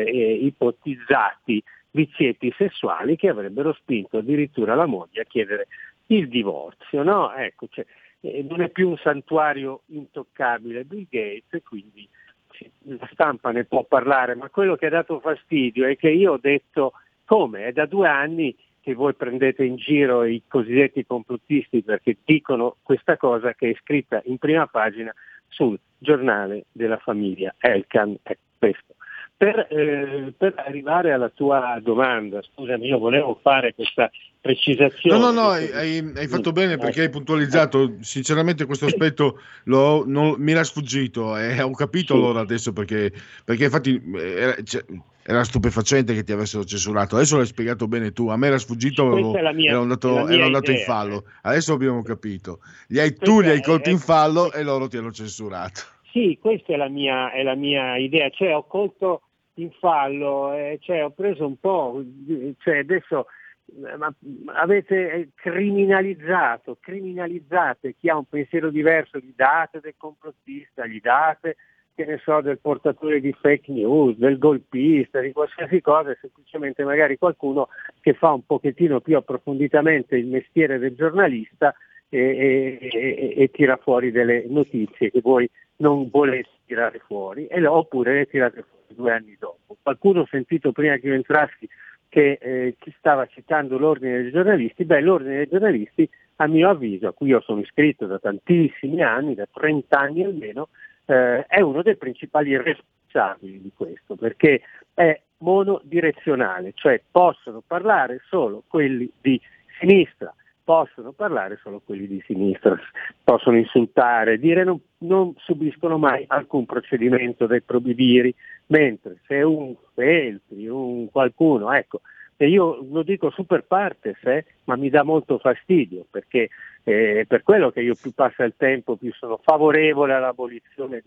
Q: ipotizzati vizietti sessuali che avrebbero spinto addirittura la moglie a chiedere il divorzio, no? Ecco, non è più un santuario intoccabile Bill Gates, quindi la stampa ne può parlare, ma quello che ha dato fastidio è che io ho detto: come? È da 2 anni che voi prendete in giro i cosiddetti complottisti perché dicono questa cosa che è scritta in prima pagina sul giornale della famiglia Elkann. È questo. Per arrivare alla tua domanda, scusami, io volevo fare questa precisazione.
F: No, hai fatto bene perché hai puntualizzato. Sinceramente questo aspetto mi era sfuggito e ho capito allora adesso perché infatti era stupefacente che ti avessero censurato. Adesso l'hai spiegato bene tu, a me era sfuggito, ero andato in fallo. Adesso abbiamo capito. Li hai colti in fallo e loro ti hanno censurato.
Q: Sì, questa è la mia idea, cioè ho colto in fallo, ho preso un po', adesso avete criminalizzate chi ha un pensiero diverso, gli date del complottista, gli date, che ne so, del portatore di fake news, del golpista, di qualsiasi cosa, semplicemente magari qualcuno che fa un pochettino più approfonditamente il mestiere del giornalista e tira fuori delle notizie che voi non volete tirare fuori, oppure le tirate fuori 2 anni dopo. Qualcuno ho sentito prima che io entrassi che chi stava citando l'ordine dei giornalisti. L'ordine dei giornalisti, a mio avviso, a cui io sono iscritto da tantissimi anni, da 30 anni almeno, è uno dei principali responsabili di questo, perché è monodirezionale, cioè possono parlare solo quelli di sinistra, possono insultare, dire non subiscono mai alcun procedimento dei probidiri, mentre se un Feltri, un qualcuno, ecco, e io lo dico super partes, ma mi dà molto fastidio, perché per quello che io più passa il tempo più sono favorevole all'abolizione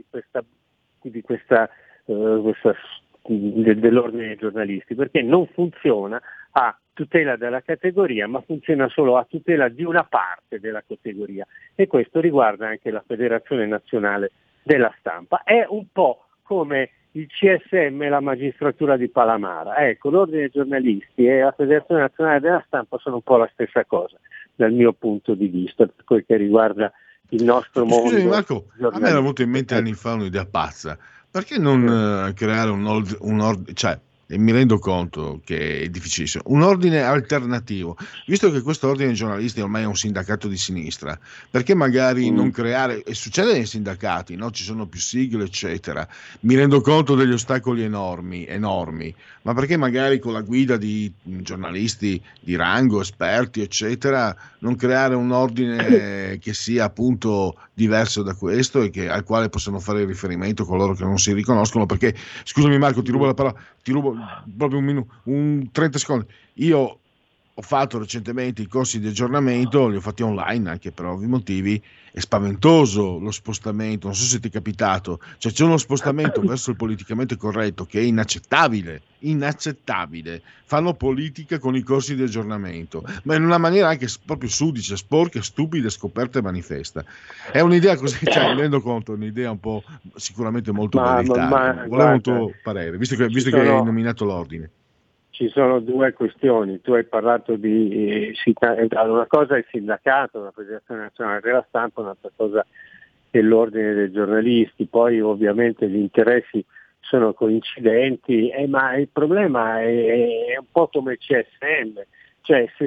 Q: dell'ordine dei giornalisti, perché non funziona a tutela della categoria, ma funziona solo a tutela di una parte della categoria, e questo riguarda anche la Federazione Nazionale della Stampa. È un po' come il CSM e la magistratura di Palamara. Ecco, l'ordine dei giornalisti e la Federazione Nazionale della Stampa sono un po' la stessa cosa dal mio punto di vista, per quel che riguarda il nostro mondo.
F: Scusami Marco, a me era venuto in mente anni fa un'idea pazza: perché non creare un ordine, cioè, e mi rendo conto che è difficilissimo, un ordine alternativo, visto che questo ordine dei giornalisti ormai è un sindacato di sinistra, perché magari non creare, e succede nei sindacati, no? Ci sono più sigle eccetera, mi rendo conto degli ostacoli enormi, ma perché magari con la guida di giornalisti di rango, esperti eccetera, non creare un ordine che sia appunto diverso da questo e al quale possono fare riferimento coloro che non si riconoscono? Perché, scusami Marco, ti rubo la parola, ti rubo proprio un minuto, 30 secondi. Io ho fatto recentemente i corsi di aggiornamento, li ho fatti online anche per ovvi motivi. È spaventoso lo spostamento, non so se ti è capitato, cioè c'è uno spostamento verso il politicamente corretto che è inaccettabile. Fanno politica con i corsi di aggiornamento, ma in una maniera anche proprio sudicia, sporca, stupida, scoperta e manifesta. È un'idea così, cioè mi rendo conto, è un'idea un po' sicuramente molto valutaria. Volevo un tuo parere, visto che hai nominato l'ordine.
Q: Ci sono 2 questioni. Tu hai parlato di una cosa è il sindacato, la Federazione Nazionale della Stampa, un'altra cosa è l'ordine dei giornalisti. Poi ovviamente gli interessi sono coincidenti, ma il problema è un po' come il CSM. Cioè se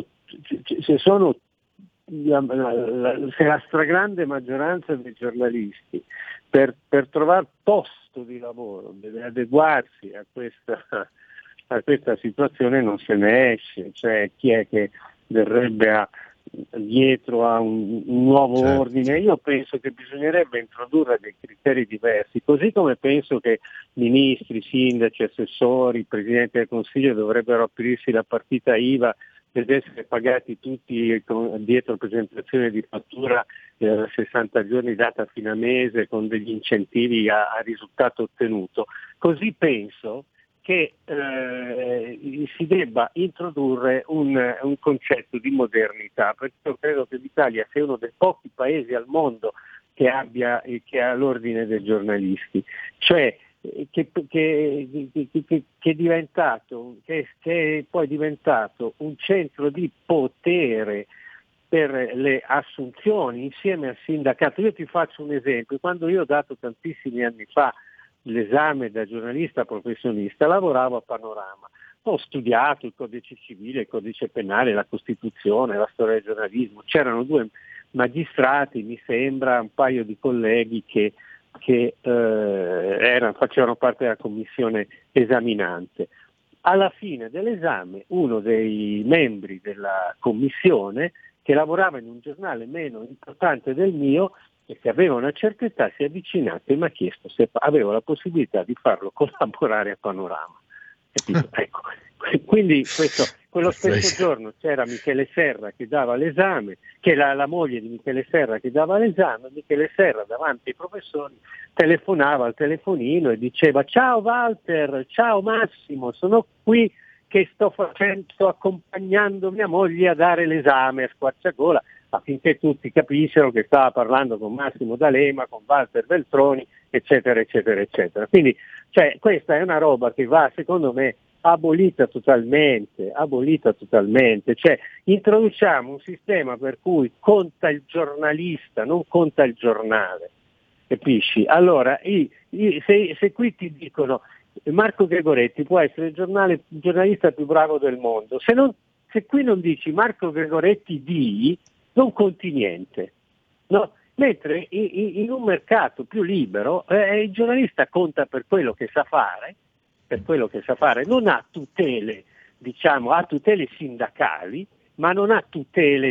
Q: la stragrande maggioranza dei giornalisti per trovare posto di lavoro deve adeguarsi a questa situazione, non se ne esce. Cioè chi è che verrebbe dietro a un nuovo ordine? Io penso che bisognerebbe introdurre dei criteri diversi, così come penso che ministri, sindaci, assessori, presidenti del Consiglio dovrebbero aprirsi la partita IVA ed essere pagati tutti dietro presentazione di fattura 60 giorni data a fine mese con degli incentivi a risultato ottenuto. Così penso che si debba introdurre un concetto di modernità, perché io credo che l'Italia sia uno dei pochi paesi al mondo che ha l'ordine dei giornalisti, cioè che è poi diventato un centro di potere per le assunzioni insieme al sindacato. Io ti faccio un esempio: quando io ho dato tantissimi anni fa l'esame da giornalista professionista, lavoravo a Panorama, ho studiato il codice civile, il codice penale, la Costituzione, la storia del giornalismo, c'erano 2 magistrati, mi sembra, un paio di colleghi che facevano parte della commissione esaminante. Alla fine dell'esame uno dei membri della commissione, che lavorava in un giornale meno importante del mio e che aveva una certa età, si è avvicinato e mi ha chiesto se avevo la possibilità di farlo collaborare a Panorama. Ecco. Quindi quello stesso giorno c'era Michele Serra che dava l'esame, che la moglie di Michele Serra che dava l'esame. Michele Serra davanti ai professori telefonava al telefonino e diceva: ciao Walter, ciao Massimo, sono qui che sto accompagnando mia moglie a dare l'esame a squarciagola, affinché tutti capissero che stava parlando con Massimo D'Alema, con Walter Veltroni, eccetera, eccetera, eccetera. Quindi questa è una roba che va, secondo me, abolita totalmente, cioè introduciamo un sistema per cui conta il giornalista, non conta il giornale, capisci? Allora, se qui ti dicono Marco Gregoretti può essere il giornalista più bravo del mondo, se qui non dici Marco Gregoretti non conti niente, no? Mentre in un mercato più libero il giornalista conta per quello che sa fare, non ha tutele, ha tutele sindacali, ma non ha tutele,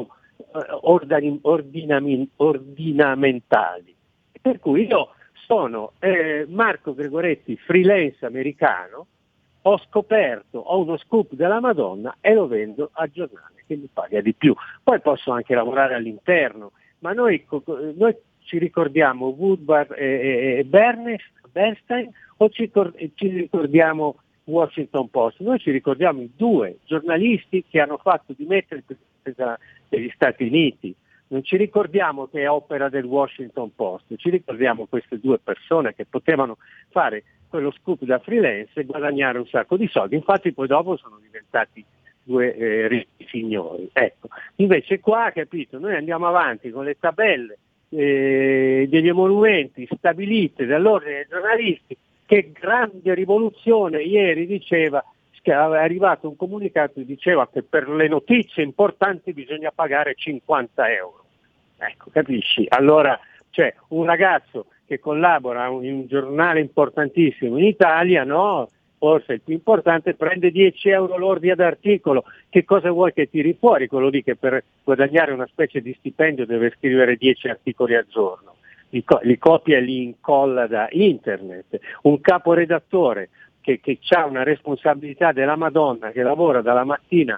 Q: ordinamentali. Per cui io sono Marco Gregoretti, freelance americano, ho uno scoop della Madonna e lo vendo al giornale che mi paga di più. Poi posso anche lavorare all'interno, ma noi ci ricordiamo Woodward e Bernstein o ci ricordiamo Washington Post? Noi ci ricordiamo i 2 giornalisti che hanno fatto dimettere il presidente degli Stati Uniti. Non ci ricordiamo che è opera del Washington Post, ci ricordiamo queste 2 persone che potevano fare quello scoop da freelance e guadagnare un sacco di soldi. Infatti poi dopo sono diventati 2 ricchi signori. Ecco. Invece qua, capito, noi andiamo avanti con le tabelle degli emolumenti stabilite dall'ordine dei giornalisti. Che grande rivoluzione! Ieri diceva che è arrivato un comunicato che diceva che per le notizie importanti bisogna pagare 50 euro. Ecco, capisci? Allora, un ragazzo che collabora in un giornale importantissimo in Italia, no? Forse il più importante, prende 10 euro lordi ad articolo. Che cosa vuoi che tiri fuori? Quello lì che per guadagnare una specie di stipendio deve scrivere 10 articoli al giorno. Li copia e li incolla da internet. Un caporedattore che ha una responsabilità della Madonna, che lavora dalla mattina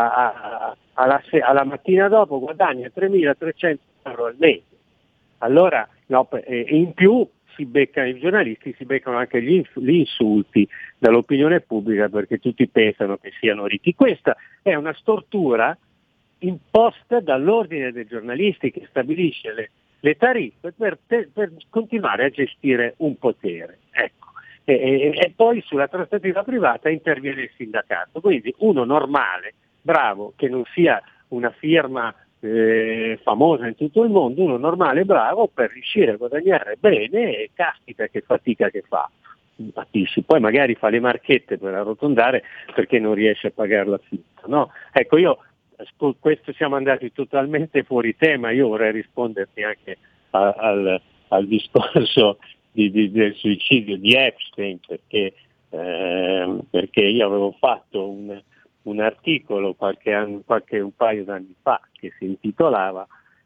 Q: alla mattina dopo, guadagna 3.300 euro al mese. Allora, in più si beccano i giornalisti, si beccano anche gli insulti dall'opinione pubblica, perché tutti pensano che siano ricchi. Questa è una stortura imposta dall'ordine dei giornalisti, che stabilisce le tariffe per continuare a gestire un potere. Ecco. E poi sulla trattativa privata interviene il sindacato. Quindi uno normale, bravo, che non sia una firma famosa in tutto il mondo, uno normale bravo, per riuscire a guadagnare bene, caspita che fatica che fa. poi magari fa le marchette per arrotondare perché non riesce a pagare l'affitto, no? Ecco, questo siamo andati totalmente fuori tema, io vorrei risponderti anche al discorso del suicidio di Epstein, perché io avevo fatto un articolo un paio d'anni fa che si intitolava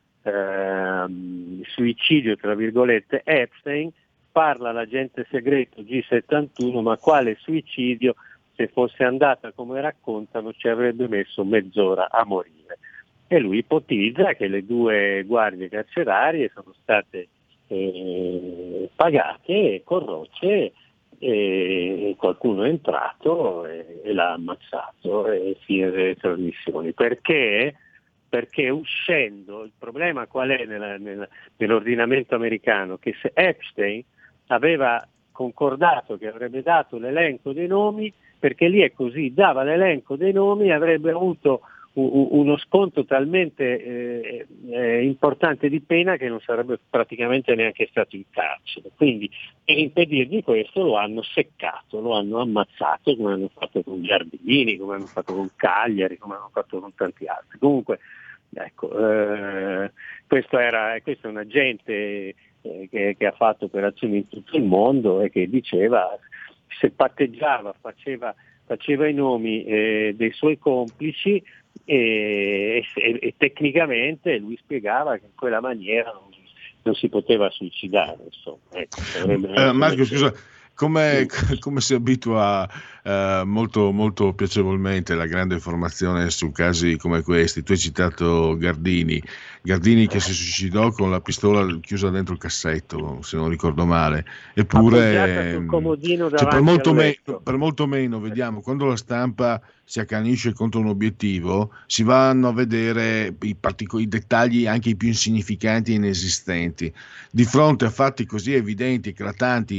Q: Suicidio tra virgolette Epstein, parla l'agente segreto G71, ma quale suicidio? Se fosse andata come raccontano ci avrebbe messo mezz'ora a morire. E lui ipotizza che le 2 guardie carcerarie sono state pagate e corrotte, e qualcuno è entrato e l'ha ammazzato, e fine delle trasmissioni. Perché uscendo, il problema qual è nell'ordinamento americano? Che se Epstein aveva concordato che avrebbe dato l'elenco dei nomi, perché lì è così, dava l'elenco dei nomi e avrebbe avuto uno sconto talmente importante di pena che non sarebbe praticamente neanche stato in carcere. Quindi per impedirgli questo lo hanno seccato, lo hanno ammazzato, come hanno fatto con Giardini, come hanno fatto con Cagliari, come hanno fatto con tanti altri. Comunque, ecco, questo è un agente che ha fatto operazioni in tutto il mondo e che diceva, se patteggiava, faceva i nomi dei suoi complici e tecnicamente lui spiegava che in quella maniera non si poteva suicidare, insomma. Ecco,
F: Marco, scusa, come si abitua molto, molto piacevolmente la grande informazione su casi come questi? Tu hai citato Gardini che si suicidò con la pistola chiusa dentro il cassetto, se non ricordo male, eppure
Q: sul comodino
F: cioè,
Q: davanti
F: per molto meno vediamo, quando la stampa si accanisce contro un obiettivo, si vanno a vedere i dettagli anche i più insignificanti e inesistenti. Di fronte a fatti così evidenti, eclatanti,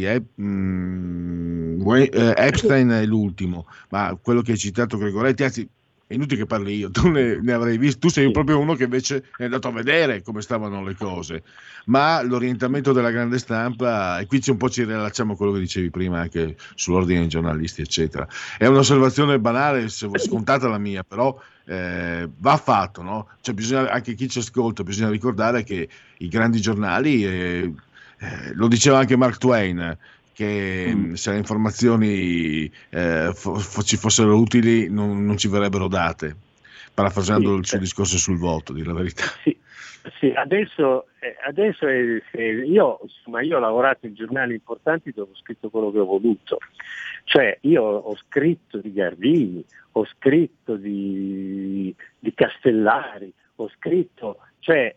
F: Epstein è l'ultimo, ma quello che hai citato Gregoretti, anzi è inutile che parli io, tu ne avrai visto, tu sei proprio uno che invece è andato a vedere come stavano le cose, ma l'orientamento della grande stampa, e qui un po' ci rilacciamo a quello che dicevi prima anche sull'ordine dei giornalisti eccetera, è un'osservazione banale, scontata la mia, però va fatto, no? Cioè bisogna, anche chi ci ascolta, bisogna ricordare che i grandi giornali, lo diceva anche Mark Twain, che se le informazioni ci fossero utili non ci verrebbero date, parafrasando il suo discorso sul voto, di la verità.
Q: Sì, adesso io ho lavorato in giornali importanti dove ho scritto quello che ho voluto, cioè io ho scritto di Gardini, ho scritto di Castellari, ho scritto, cioè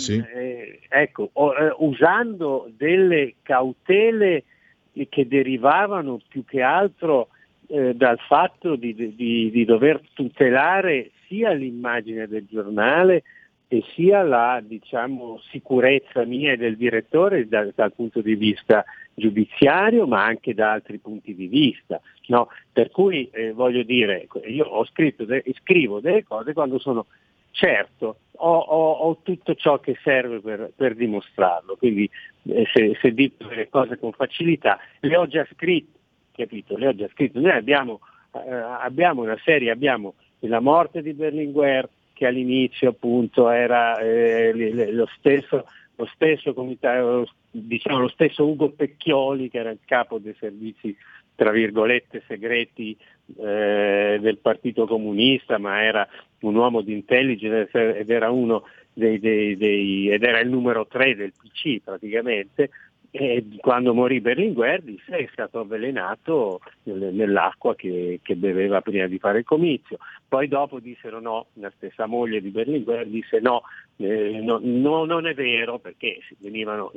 Q: usando delle cautele che derivavano più che altro dal fatto di dover tutelare sia l'immagine del giornale e sia la, diciamo, sicurezza mia e del direttore dal punto di vista giudiziario, ma anche da altri punti di vista, no? Per cui voglio dire, io scrivo delle cose quando sono certo, ho tutto ciò che serve per dimostrarlo, quindi se dico delle cose con facilità, le ho già scritte, capito? Le ho già scritte. Noi abbiamo una serie, abbiamo La morte di Berlinguer, che all'inizio appunto era lo stesso comitato, diciamo lo stesso Ugo Pecchioli, che era il capo dei servizi tra virgolette segreti del Partito Comunista, ma era un uomo di intelligence ed era uno ed era il numero 3 del PC praticamente, e quando morì Berlinguer disse è stato avvelenato nell'acqua che beveva prima di fare il comizio. Poi dopo dissero no, la stessa moglie di Berlinguer disse no, non è vero, perché venivano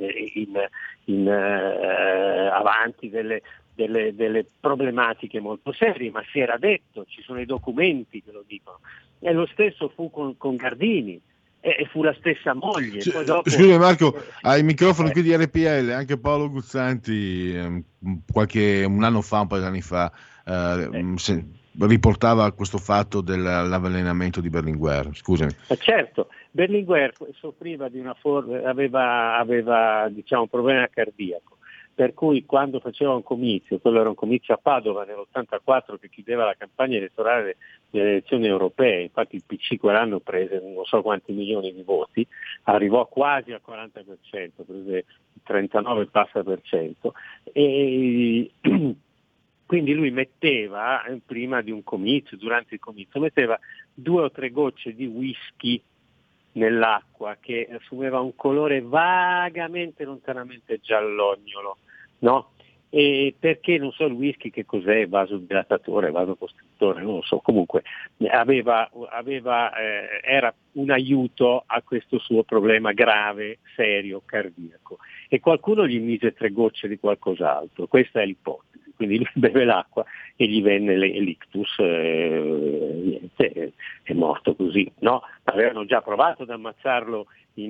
Q: avanti delle problematiche molto serie, ma si era detto, ci sono i documenti che lo dicono. E lo stesso fu con Gardini, e fu la stessa moglie. Poi dopo,
F: scusa Marco, ai microfoni qui di RPL anche Paolo Guzzanti un anno fa, un paio di anni fa, riportava questo fatto dell'avvelenamento di Berlinguer. Scusami.
Q: Certo, Berlinguer soffriva di aveva diciamo un problema cardiaco. per cui quando faceva un comizio, quello era un comizio a Padova nell'84 che chiudeva la campagna elettorale delle elezioni europee, infatti il PC quell'anno prese non so quanti milioni di voti, arrivò quasi al 40%, prese il 39 passa per cento, e quindi lui metteva, prima di un comizio, durante il comizio, metteva 2 o 3 gocce di whisky nell'acqua che assumeva un colore vagamente, lontanamente giallognolo, no? E perché non so il whisky che cos'è, vasodilatatore, vasocostrittore, non lo so, comunque era un aiuto a questo suo problema grave, serio, cardiaco, e qualcuno gli mise 3 gocce di qualcos'altro, questa è l'ipotesi, quindi lui beve l'acqua e gli venne l'ictus, niente, è morto così, no? Avevano già provato ad ammazzarlo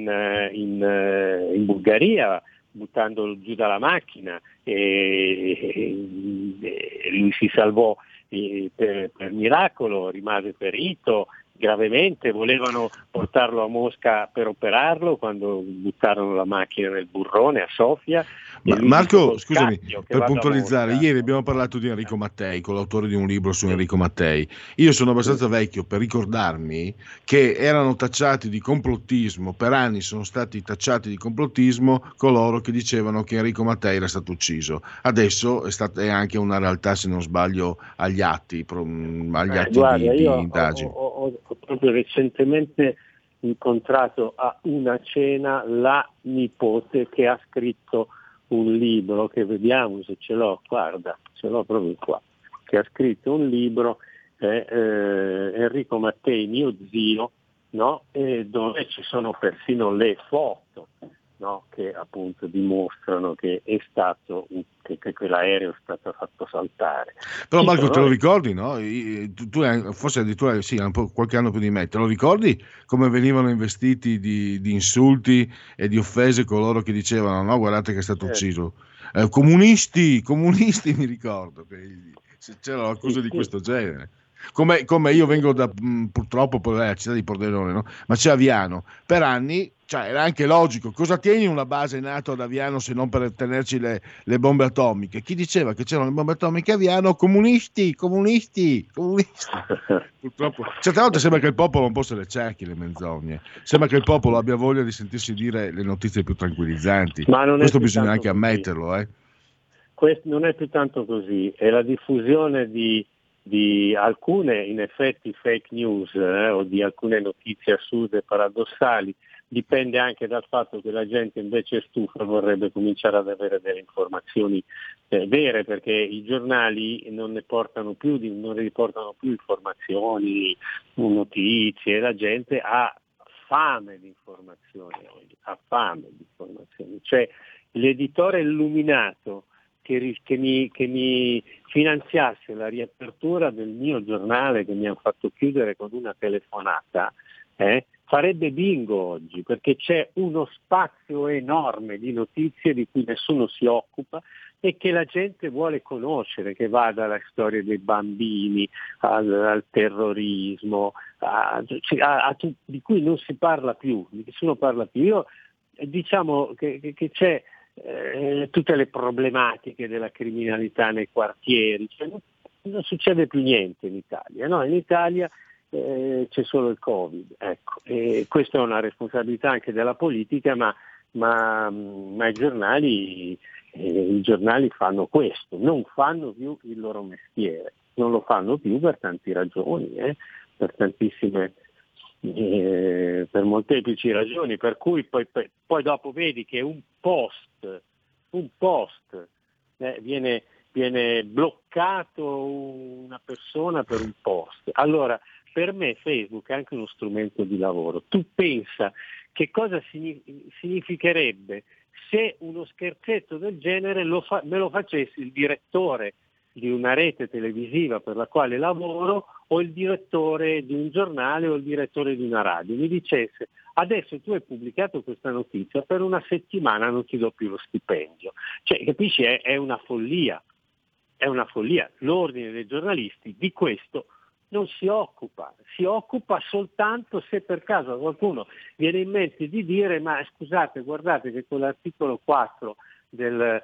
Q: in Bulgaria, buttandolo giù dalla macchina, e lui si salvò per miracolo, rimase ferito gravemente, volevano portarlo a Mosca per operarlo quando buttarono la macchina nel burrone a Sofia.
F: Ma Marco, scusami, per puntualizzare, ieri abbiamo parlato di Enrico Mattei, con l'autore di un libro su Enrico Mattei. Io sono abbastanza vecchio per ricordarmi che erano tacciati di complottismo, per anni sono stati tacciati di complottismo coloro che dicevano che Enrico Mattei era stato ucciso. Adesso è anche una realtà, se non sbaglio, agli atti
Q: guarda,
F: di
Q: io
F: indagini.
Q: Ho proprio recentemente incontrato a una cena la nipote che ha scritto un libro, che vediamo se ce l'ho, guarda, ce l'ho proprio qua, che ha scritto un libro, Enrico Mattei, mio zio, no? Dove ci sono persino le foto, no? Che appunto dimostrano che è stato che quell'aereo è stato fatto saltare.
F: Però Marco, te lo ricordi, no? Tu forse addirittura sì, un po' qualche anno più di me, te lo ricordi come venivano investiti di insulti e di offese coloro che dicevano no, guardate che è stato ucciso, comunisti, mi ricordo che c'era l'accusa di questo genere. Come io vengo da purtroppo la città di Pordenone, no? Ma c'è Aviano per anni, cioè era anche logico, cosa tieni una base NATO ad Aviano se non per tenerci le bombe atomiche? Chi diceva che c'erano le bombe atomiche a Aviano? Comunisti. Purtroppo certe volte sembra che il popolo un po' se le cerchi le menzogne, sembra che il popolo abbia voglia di sentirsi dire le notizie più tranquillizzanti, questo bisogna anche ammetterlo.
Q: Questo non è più tanto così, è la diffusione di alcune in effetti fake news o di alcune notizie assurde e paradossali, dipende anche dal fatto che la gente invece è stufa e vorrebbe cominciare ad avere delle informazioni vere, perché i giornali non riportano più informazioni, notizie, la gente ha fame di informazioni oggi, cioè l'editore illuminato che mi finanziasse la riapertura del mio giornale che mi hanno fatto chiudere con una telefonata, farebbe bingo oggi, perché c'è uno spazio enorme di notizie di cui nessuno si occupa e che la gente vuole conoscere, che va dalla storia dei bambini al terrorismo, di cui non si parla più, di nessuno parla più. Io diciamo che c'è tutte le problematiche della criminalità nei quartieri, cioè non succede più niente in Italia, no? In Italia c'è solo il Covid, ecco. E questa è una responsabilità anche della politica, ma i giornali fanno questo, non fanno più il loro mestiere, non lo fanno più per tante ragioni, per tantissime per molteplici ragioni, per cui poi dopo vedi che un post viene bloccato una persona per un post. Allora, per me Facebook è anche uno strumento di lavoro. Tu pensa che cosa significherebbe se uno scherzetto del genere me lo facesse il direttore di una rete televisiva per la quale lavoro, o il direttore di un giornale o il direttore di una radio, mi dicesse adesso tu hai pubblicato questa notizia, per una settimana non ti do più lo stipendio. Cioè, capisci, è una follia, l'ordine dei giornalisti di questo non si occupa soltanto se per caso a qualcuno viene in mente di dire ma scusate, guardate che con l'articolo 4 del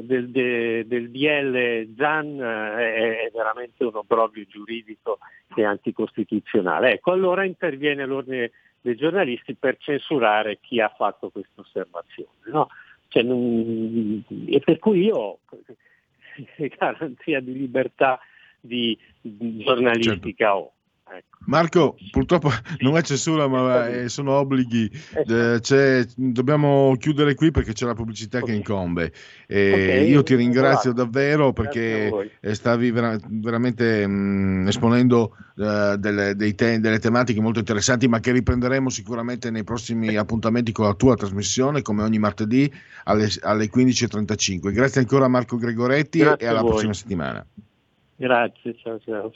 Q: DL Zan è veramente un obbrobrio giuridico e anticostituzionale. Ecco, allora interviene l'ordine dei giornalisti per censurare chi ha fatto questa osservazione, no? E per cui io garanzia di libertà di giornalistica ho. Ecco.
F: Marco, purtroppo non è censura, ma sono obblighi. Dobbiamo chiudere qui perché c'è la pubblicità che incombe. Io ti ringrazio davvero perché stavi veramente esponendo delle tematiche molto interessanti, ma che riprenderemo sicuramente nei prossimi appuntamenti con la tua trasmissione, come ogni martedì alle 15.35. Grazie ancora a Marco Gregoretti e alla prossima settimana.
Q: Grazie, ciao.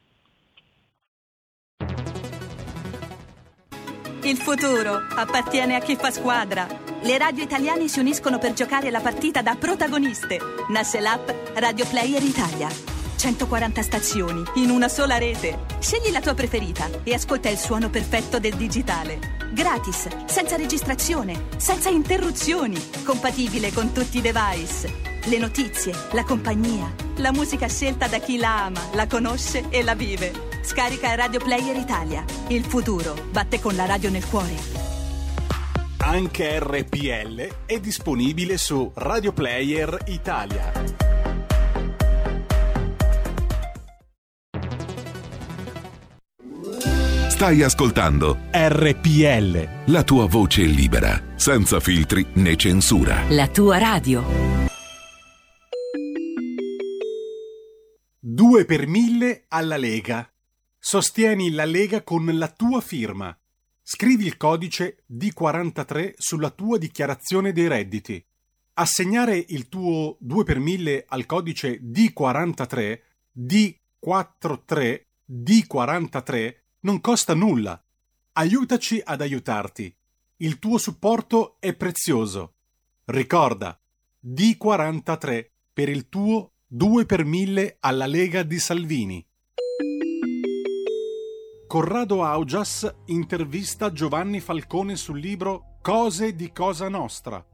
R: Il futuro appartiene a chi fa squadra. Le radio italiane si uniscono per giocare la partita da protagoniste. Nasce l'app Radio Player Italia. 140 stazioni in una sola rete. Scegli la tua preferita e ascolta il suono perfetto del digitale. Gratis, senza registrazione, senza interruzioni. Compatibile con tutti i device. Le notizie, la compagnia, la musica scelta da chi la ama, la conosce e la vive. Scarica Radio Player Italia. Il futuro batte con la radio nel cuore.
G: Anche RPL è disponibile su Radio Player Italia.
I: Stai ascoltando
G: RPL,
I: la tua voce libera, senza filtri né censura.
A: La tua radio.
G: 2 per 1000 alla Lega. Sostieni la Lega con la tua firma. Scrivi il codice D43 sulla tua dichiarazione dei redditi. Assegnare il tuo 2 per 1000 al codice D43, D43, D43 non costa nulla. Aiutaci ad aiutarti. Il tuo supporto è prezioso. Ricorda, D43 per il tuo 2 per 1000 alla Lega di Salvini. Corrado Augias intervista Giovanni Falcone sul libro Cose di Cosa Nostra,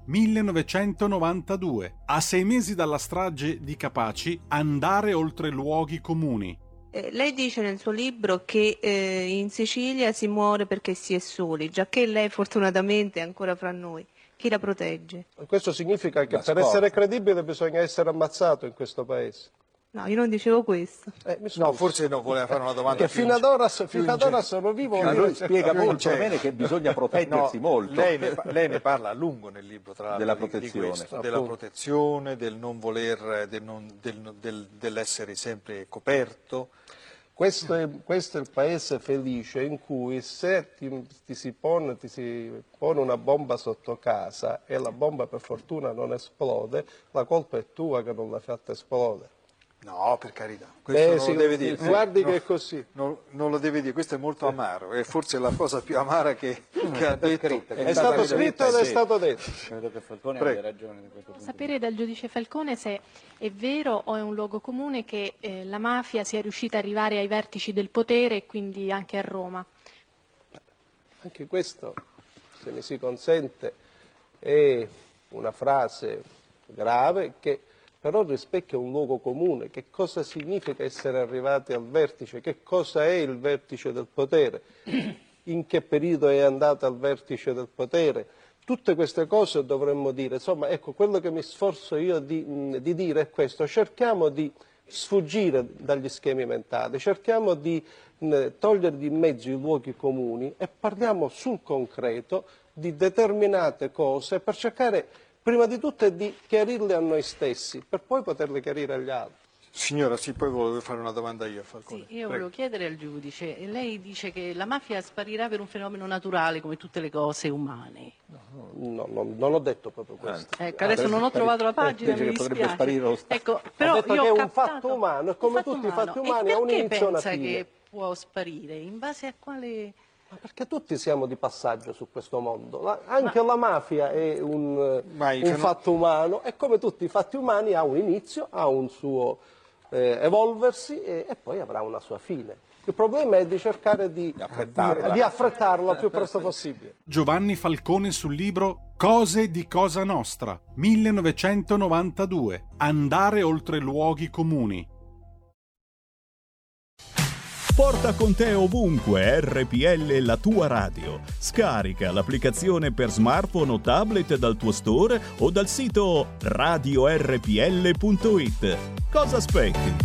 G: 1992. A 6 mesi dalla strage di Capaci, andare oltre luoghi comuni.
S: Lei dice nel suo libro che in Sicilia si muore perché si è soli, giacché lei fortunatamente è ancora fra noi. Chi la protegge?
T: Questo significa che per essere credibile bisogna essere ammazzato in questo paese.
S: No, io non dicevo questo.
U: No, forse no, voleva fare una domanda
T: che fino ad ora sono vivo.
U: Lui spiega molto bene che bisogna proteggersi molto.
T: Lei ne parla a lungo nel libro, tra l'altro,
U: della protezione.
T: Di questo, della protezione, del non voler, dell'essere sempre coperto. Questo è il paese felice in cui se ti si pone una bomba sotto casa e la bomba per fortuna non esplode, la colpa è tua che non l'hai fatta esplodere.
U: No, per carità, questo non lo deve dire.
T: Guardi che è così.
U: Non lo deve dire, questo è molto amaro, è forse la cosa più amara che ha detto.
T: È stato scritto ed è stato detto.
U: Credo che Falcone abbia ragione di questo punto.
V: Sapere dal giudice Falcone se è vero o è un luogo comune che la mafia sia riuscita ad arrivare ai vertici del potere e quindi anche a Roma.
T: Anche questo, se mi si consente, è una frase grave che però rispecchia un luogo comune. Che cosa significa essere arrivati al vertice? Che cosa è il vertice del potere? In che periodo è andato al vertice del potere? Tutte queste cose dovremmo dire. Insomma, ecco, quello che mi sforzo io di dire è questo. Cerchiamo di sfuggire dagli schemi mentali, cerchiamo di togliere di mezzo i luoghi comuni e parliamo sul concreto di determinate cose per cercare prima di tutto di chiarirle a noi stessi, per poi poterle chiarire agli altri.
U: Signora, sì, poi volevo fare una domanda io a Falcone.
W: Sì, io volevo chiedere al giudice, lei dice che la mafia sparirà per un fenomeno naturale come tutte le cose umane.
T: No, non ho detto proprio questo.
W: Ecco, adesso non ho trovato la pagina, mi dispiace. Ecco, però
T: ho detto
W: io
T: che
W: ho
T: è un fatto umano, e come tutti i fatti umani ha un inizio e una fine.
W: Perché pensa che può sparire? In base a quale...
T: Ma perché tutti siamo di passaggio su questo mondo, anche la mafia è un fatto umano e come tutti i fatti umani ha un inizio, ha un suo evolversi e poi avrà una sua fine. Il problema è di cercare di affrettarlo il più presto possibile.
G: Giovanni Falcone sul libro Cose di Cosa Nostra, 1992. Andare oltre luoghi comuni.
M: Porta con te ovunque RPL la tua radio. Scarica l'applicazione per smartphone o tablet dal tuo store o dal sito radiorpl.it. Cosa aspetti?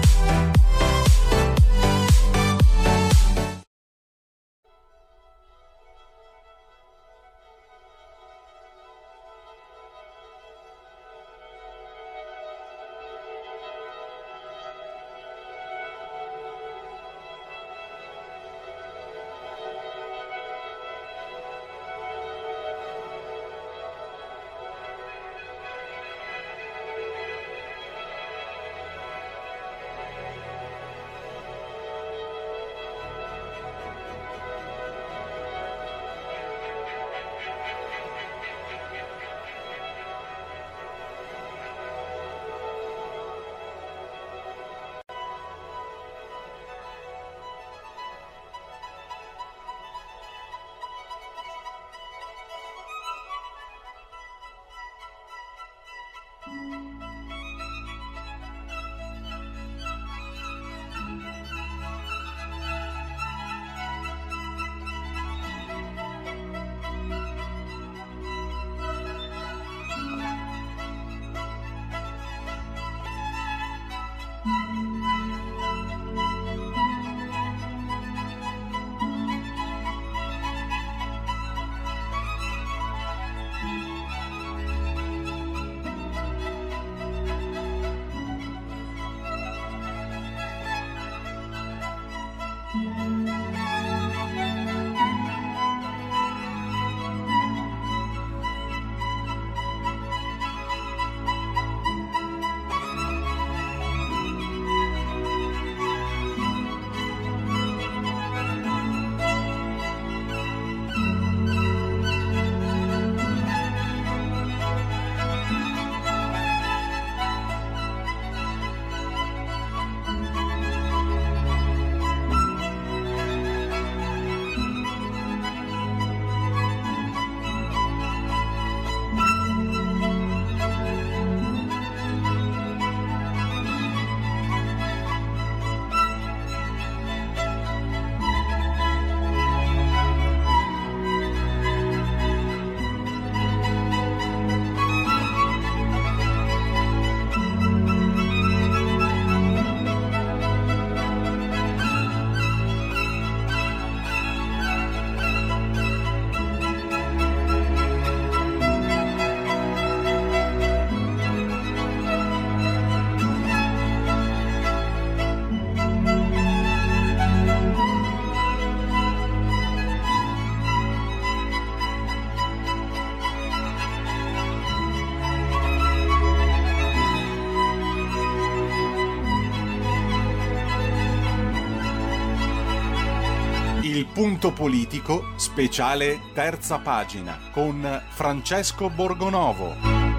G: Il punto politico, speciale terza pagina, con Francesco Borgonovo.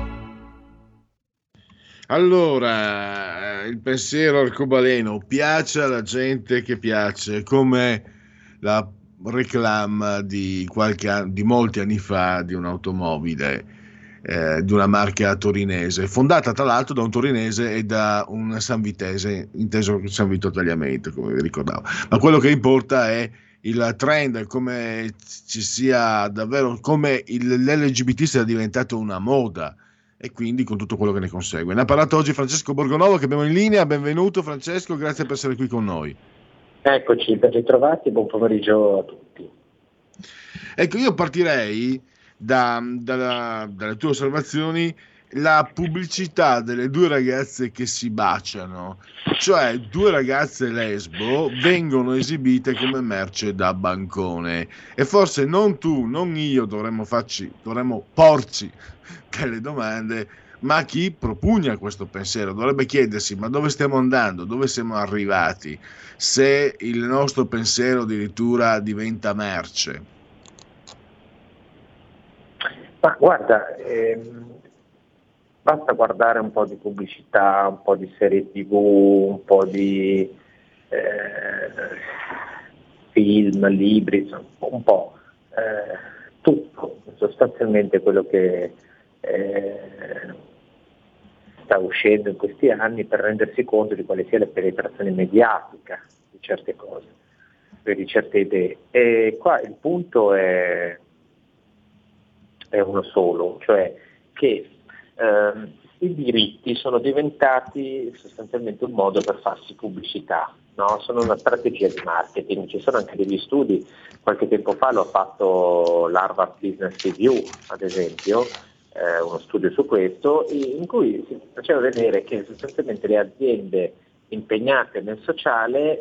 F: Allora, il pensiero arcobaleno piace alla gente che piace, come la reclama di molti anni fa di un'automobile di una marca torinese, fondata tra l'altro da un torinese e da un sanvitese, inteso San Vito Tagliamento, come vi ricordavo. Ma quello che importa è il trend, come ci sia davvero, come l'LGBT sia diventato una moda, e quindi con tutto quello che ne consegue. Ne ha parlato oggi Francesco Borgonovo, che abbiamo in linea. Benvenuto Francesco, grazie per essere qui con noi.
B: Eccoci, ben ritrovati, buon pomeriggio a tutti.
F: Ecco, io partirei dalle tue osservazioni, la pubblicità delle due ragazze che si baciano, cioè due ragazze lesbo vengono esibite come merce da bancone, e forse non tu, non io dovremmo porci delle domande, ma chi propugna questo pensiero dovrebbe chiedersi: ma dove stiamo andando, dove siamo arrivati, se il nostro pensiero addirittura diventa merce?
B: Ma guarda, basta guardare un po' di pubblicità, un po' di serie TV, un po' di film, libri, insomma, un po' tutto, sostanzialmente quello che sta uscendo in questi anni, per rendersi conto di quale sia la penetrazione mediatica di certe cose, di certe idee. E qua il punto è uno solo, cioè che i diritti sono diventati sostanzialmente un modo per farsi pubblicità, no? Sono una strategia di marketing. Ci sono anche degli studi, qualche tempo fa l'ho fatto l'Harvard Business Review, ad esempio, uno studio su questo, in cui si faceva vedere che sostanzialmente le aziende impegnate nel sociale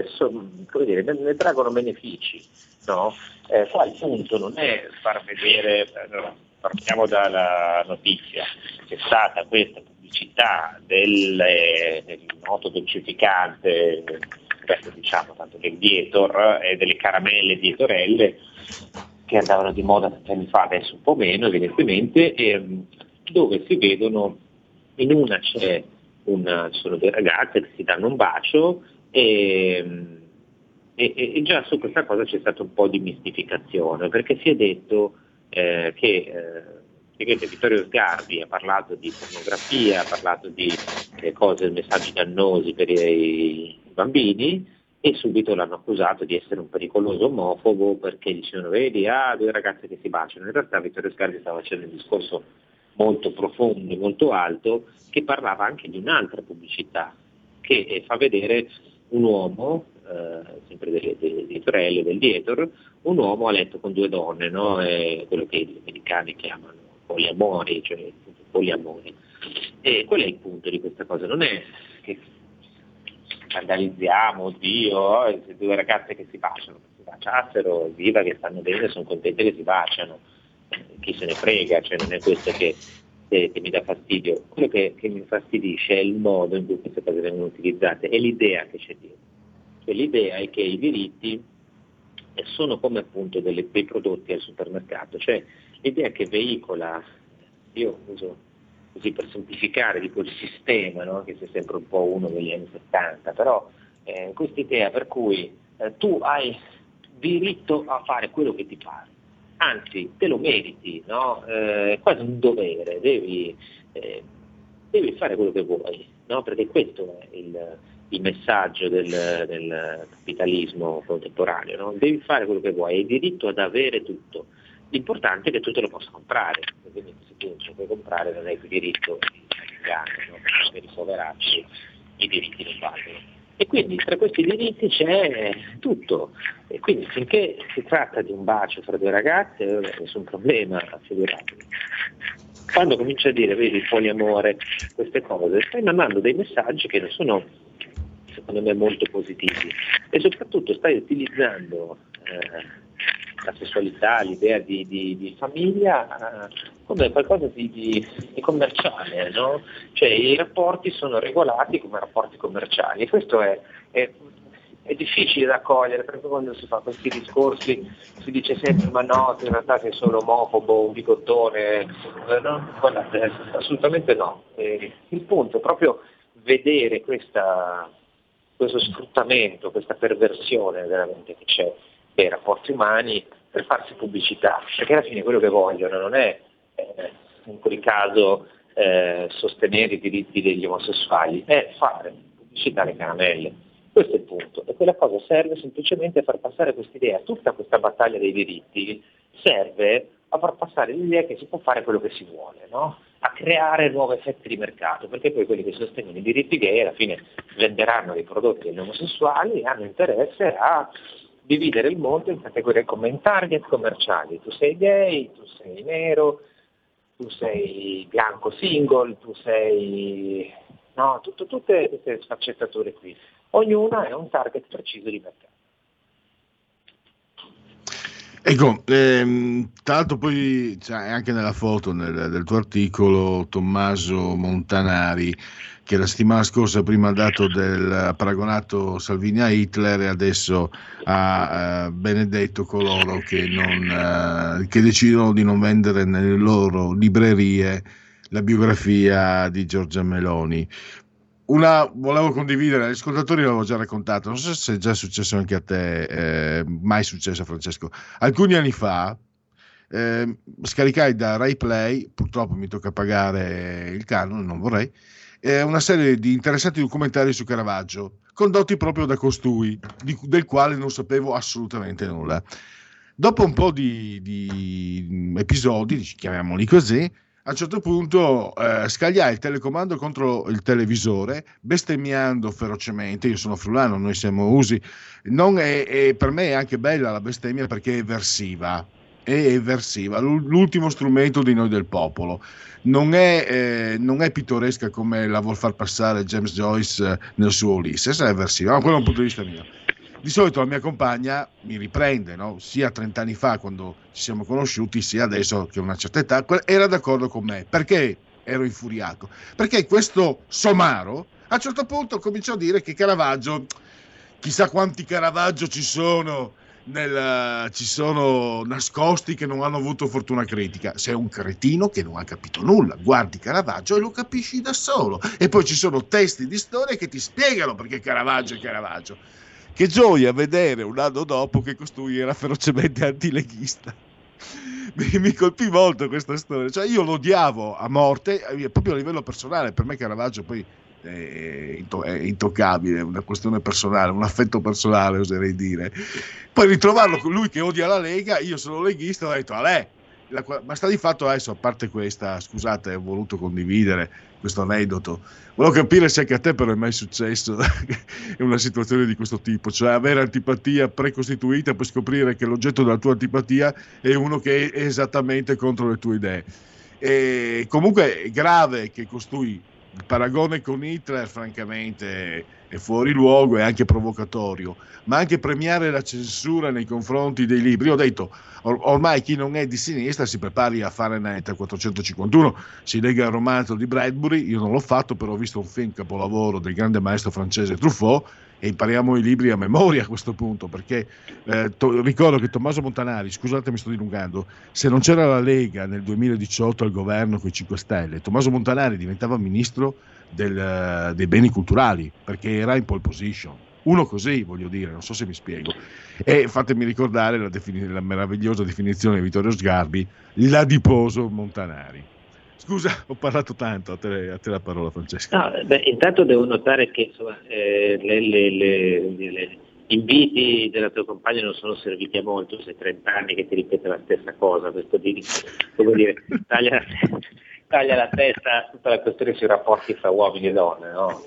B: ne traggono benefici, no? Qua il punto non è far vedere, partiamo dalla notizia, c'è stata questa pubblicità del noto dolcificante, diciamo tanto del Dietor e delle caramelle Dietorelle che andavano di moda 7 anni fa, adesso un po' meno evidentemente, dove si vedono, in una sono due ragazze che si danno un bacio e già su questa cosa c'è stato un po' di mistificazione, perché si è detto che Vittorio Sgarbi ha parlato di pornografia, ha parlato di messaggi dannosi per i bambini, e subito l'hanno accusato di essere un pericoloso omofobo, perché dicevano, vedi, due ragazze che si baciano. In realtà Vittorio Sgarbi stava facendo un discorso molto profondo, molto alto, che parlava anche di un'altra pubblicità, che fa vedere un uomo, sempre delle sorelle del Dietor, un uomo a letto con 2 donne, no? È quello che gli americani chiamano poliamori, cioè poliamori. E qual è il punto di questa cosa? Non è che scandalizziamo, oddio, 2 ragazze che si baciassero, viva che stanno bene, sono contente che si baciano, chi se ne frega, cioè non è questo che mi dà fastidio. Quello che mi infastidisce è il modo in cui queste cose vengono utilizzate, è l'idea che c'è dietro. Cioè l'idea è che i diritti sono come appunto dei prodotti al supermercato, cioè l'idea che veicola, io uso così per semplificare, di quel sistema, no? Che sia sempre un po' uno degli anni 70, però questa idea per cui tu hai diritto a fare quello che ti pare, anzi te lo meriti, no? È quasi un dovere, devi fare quello che vuoi, no? Perché questo è il messaggio del capitalismo contemporaneo, no? Devi fare quello che vuoi, hai diritto ad avere tutto. L'importante è che tu te lo possa comprare, quindi se tu non lo puoi comprare non hai più diritto di no? Per i poveracci i diritti non valgono. E quindi tra questi diritti c'è tutto, e quindi finché si tratta di un bacio fra 2 ragazze non è nessun problema, figuratevi. Quando cominci a dire, vedi, il poliamore, queste cose, stai mandando dei messaggi che non sono, secondo me, molto positivi, e soprattutto stai utilizzando la sessualità, l'idea di famiglia come qualcosa di commerciale, no? Cioè i rapporti sono regolati come rapporti commerciali, e questo è difficile da accogliere, perché quando si fa questi discorsi si dice sempre ma no, in realtà sei solo omofobo, un bigottone, no? Guardate, assolutamente no. Il punto è proprio vedere questo sfruttamento, questa perversione veramente che c'è dei rapporti umani per farsi pubblicità, perché alla fine quello che vogliono non è in quel caso sostenere i diritti degli omosessuali, è fare pubblicità alle caramelle. Questo è il punto, e quella cosa serve semplicemente a far passare quest'idea. Tutta questa battaglia dei diritti serve a far passare l'idea che si può fare quello che si vuole, no? A creare nuovi effetti di mercato, perché poi quelli che sostengono i diritti gay alla fine venderanno dei prodotti agli omosessuali e hanno interesse a dividere il mondo in categorie come in target commerciali. Tu sei gay, tu sei nero, tu sei bianco single, tu sei... no, tutte queste sfaccettature qui. Ognuna è un target preciso di mercato.
F: Ecco, tra l'altro poi c'è anche nella foto del tuo articolo Tommaso Montanari, che la settimana scorsa prima ha paragonato Salvini a Hitler, e adesso ha benedetto coloro che decidono di non vendere nelle loro librerie la biografia di Giorgia Meloni. volevo condividere, agli ascoltatori l'avevo già raccontato, non so se è già successo anche a te, mai successo, Francesco. Alcuni anni fa scaricai da Rai Play, purtroppo mi tocca pagare il canone, non vorrei, una serie di interessanti documentari su Caravaggio, condotti proprio da costui, del quale non sapevo assolutamente nulla. Dopo un po' di episodi, chiamiamoli così, a un certo punto scagliai il telecomando contro il televisore, bestemmiando ferocemente. Io sono friulano, noi siamo usi. E per me è anche bella la bestemmia perché è eversiva. È eversiva, l'ultimo strumento di noi del popolo. Non è pittoresca come la vuol far passare James Joyce nel suo Ulysses, è eversiva, ma quello è un punto di vista mio. Di solito la mia compagna mi riprende, no? Sia 30 anni fa quando ci siamo conosciuti, sia adesso che ho una certa età, era d'accordo con me. Perché ero infuriato? Perché questo somaro a un certo punto cominciò a dire che Caravaggio, chissà quanti Caravaggio ci sono nascosti che non hanno avuto fortuna critica. Sei un cretino che non ha capito nulla, guardi Caravaggio e lo capisci da solo, e poi ci sono testi di storia che ti spiegano perché Caravaggio è Caravaggio. Che gioia vedere un anno dopo che costui era ferocemente antileghista. Mi colpì molto questa storia, cioè io lo odiavo a morte proprio a livello personale. Per me Caravaggio poi è intoccabile, è una questione personale, un affetto personale, oserei dire. Poi ritrovarlo con lui che odia la Lega, io sono leghista, ho detto a lei. Ma sta di fatto adesso, a parte questa, scusate, ho voluto condividere questo aneddoto, volevo capire se anche a te però è mai successo in una situazione di questo tipo, cioè avere antipatia precostituita per scoprire che l'oggetto della tua antipatia è uno che è esattamente contro le tue idee. E comunque è grave che costui, il paragone con Hitler francamente è fuori luogo, è anche provocatorio, ma anche premiare la censura nei confronti dei libri. Io ho detto, ormai chi non è di sinistra si prepari a Fahrenheit 451, si lega il romanzo di Bradbury. Io non l'ho fatto, però ho visto un film capolavoro del grande maestro francese Truffaut, e impariamo i libri a memoria a questo punto, perché ricordo che Tommaso Montanari, scusate mi sto dilungando, se non c'era la Lega nel 2018 al governo con i 5 Stelle, Tommaso Montanari diventava ministro dei beni culturali, perché era in pole position. Uno così, voglio dire, non so se mi spiego. E fatemi ricordare la meravigliosa definizione di Vittorio Sgarbi, l'adiposo Montanari. Scusa, ho parlato tanto, a te la parola, Francesco.
B: No, intanto devo notare che insomma, gli inviti della tua compagna non sono serviti a molto, se 30 anni che ti ripete la stessa cosa, questo come dire, taglia la testa a tutta la questione sui rapporti fra uomini e donne, no?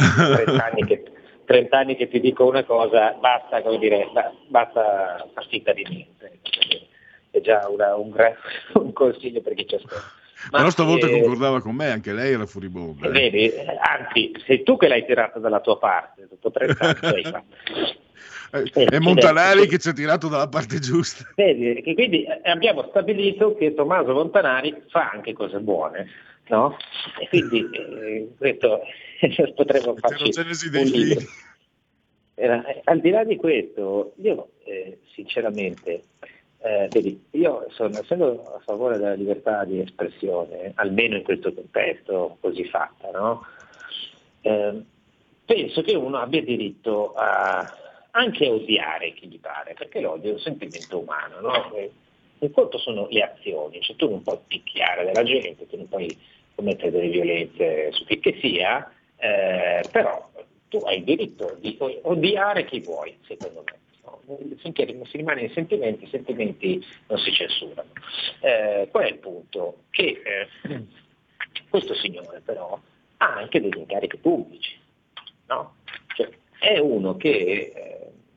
B: 30 anni che ti dico una cosa, basta far finta di niente, è già un consiglio per chi ci ascolta.
F: Ma stavolta concordava con me, anche lei era furibonda.
B: Vedi, anzi, sei tu che l'hai tirata dalla tua parte, dopo 30 anni.
F: È Montanari che ci ha tirato dalla parte giusta.
B: Vedi, che quindi abbiamo stabilito che Tommaso Montanari fa anche cose buone, no? E quindi questo potremmo farci un libro. Al di là di questo, io sinceramente, vedi, io essendo a favore della libertà di espressione, almeno in questo contesto così fatta, no? Penso che uno abbia diritto anche a odiare chi gli pare, perché l'odio è un sentimento umano, no? Il conto sono le azioni, cioè tu non puoi picchiare della gente, tu non puoi commettere delle violenze su chi che sia, però tu hai il diritto di odiare chi vuoi, secondo me. Finché si rimane in sentimenti, i sentimenti non si censurano. Qual è il punto? Che questo signore però ha anche degli incarichi pubblici, no? Cioè, è uno che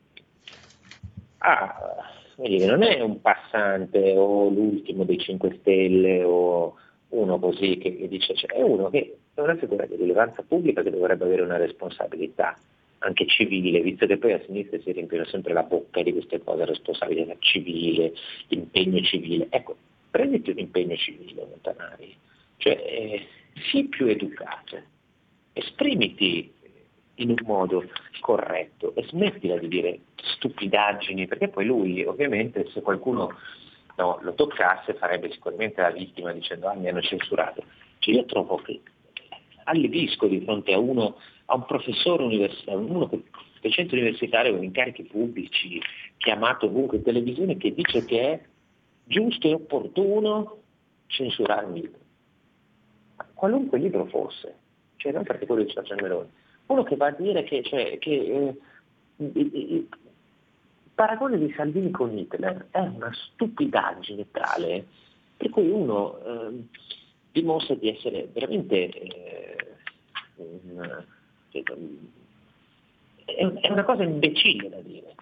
B: non è un passante o l'ultimo dei 5 Stelle o uno così che dice, cioè, è uno che è una figura di rilevanza pubblica che dovrebbe avere una responsabilità anche civile, visto che poi a sinistra si riempiono sempre la bocca di queste cose, responsabilità civile, impegno civile. Ecco, prenditi un impegno civile, Montanari, cioè sii più educato, esprimiti in un modo corretto e smettila di dire stupidaggini, perché poi lui ovviamente se qualcuno lo toccasse farebbe sicuramente la vittima dicendo mi hanno censurato. Cioè, io trovo che allibisco di fronte a un professore universitario, uno docente universitario con incarichi pubblici, chiamato ovunque in televisione, che dice che è giusto e opportuno censurare un libro. Qualunque libro fosse, cioè non perché quello di Giorgia Meloni, uno che va a dire che il paragone di Salvini con Hitler è una stupidaggine tale per cui uno dimostra di essere veramente è una cosa imbecille da dire,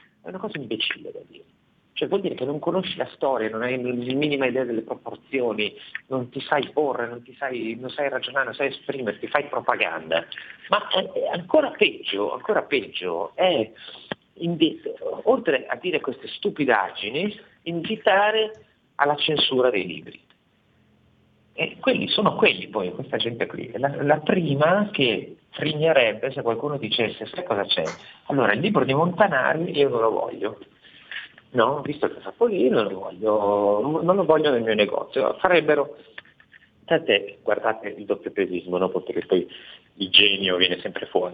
B: Cioè vuol dire che non conosci la storia, non hai la minima idea delle proporzioni, non ti sai porre, non sai ragionare, non sai esprimerti, fai propaganda. Ma ancora peggio è, oltre a dire queste stupidaggini, invitare alla censura dei libri. E sono quelli poi, questa gente qui. La prima che frignerebbe se qualcuno dicesse, sai cosa c'è? Allora, il libro di Montanari io non lo voglio. No, visto che fa Polino, non lo voglio nel mio negozio. Farebbero, guardate il doppiopesismo, no? Perché poi il genio viene sempre fuori.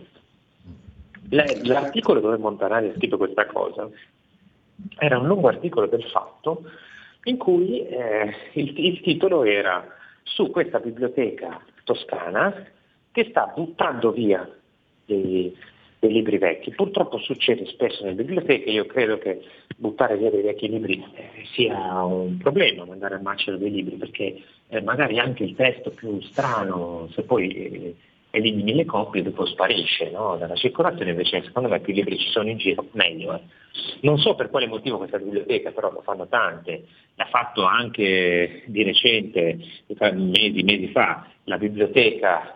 B: L'articolo dove Montanari ha scritto questa cosa era un lungo articolo del Fatto in cui il titolo era su questa biblioteca toscana che sta buttando via dei libri vecchi. Purtroppo succede spesso nelle biblioteche, io credo che buttare via dei vecchi libri sia un problema, mandare al macero dei libri, perché magari anche il testo più strano, se poi elimini le copie, dopo sparisce, no? Dalla circolazione. Invece secondo me più libri ci sono in giro, meglio. Non so per quale motivo questa biblioteca, però lo fanno tante, l'ha fatto anche di recente, mesi fa, la biblioteca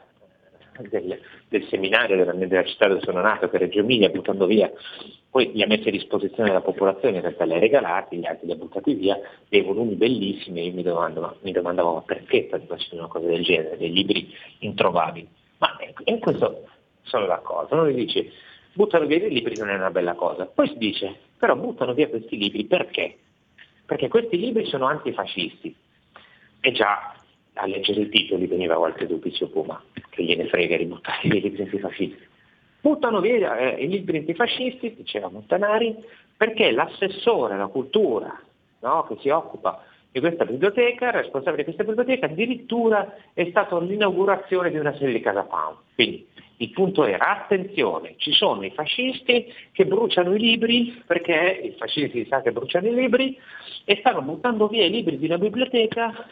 B: del seminario della città dove sono nato, che è Reggio Emilia, buttando via, poi li ha messi a disposizione della popolazione, in realtà li ha regalati, gli altri li ha buttati via, dei volumi bellissimi. Io mi domandavo ma perché facendo una cosa del genere, dei libri introvabili. Ma in questo sono d'accordo, uno dice buttano via i libri non è una bella cosa, poi si dice però buttano via questi libri perché? Perché questi libri sono antifascisti, e già a leggere i titoli veniva qualche dubbio, ma che gliene frega di buttare via i libri antifascisti. Buttano via i libri antifascisti, diceva Montanari, perché l'assessore alla cultura, no, che si occupa di questa biblioteca, il responsabile di questa biblioteca, addirittura è stata l'inaugurazione di una sede di Casa Pound. Quindi il punto era, attenzione, ci sono i fascisti che bruciano i libri, perché i fascisti sa che bruciano i libri, e stanno buttando via i libri di una biblioteca,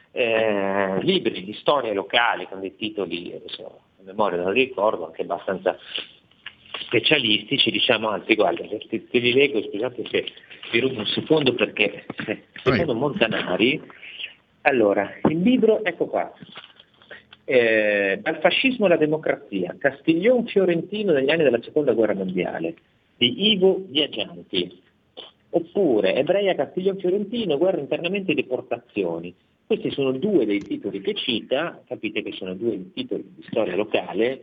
B: libri di storia locale con dei titoli, adesso a memoria non li ricordo, anche abbastanza specialistici, diciamo, anzi guarda, te li leggo, scusate se vi rubo un secondo, perché secondo Montanari, allora, il libro, ecco qua, Dal fascismo alla democrazia, Castiglion fiorentino negli anni della seconda guerra mondiale, di Ivo Viaggianti, oppure Ebrea Castiglion fiorentino, guerra internamente e deportazioni. Questi sono due dei titoli che cita, capite che sono due titoli di storia locale,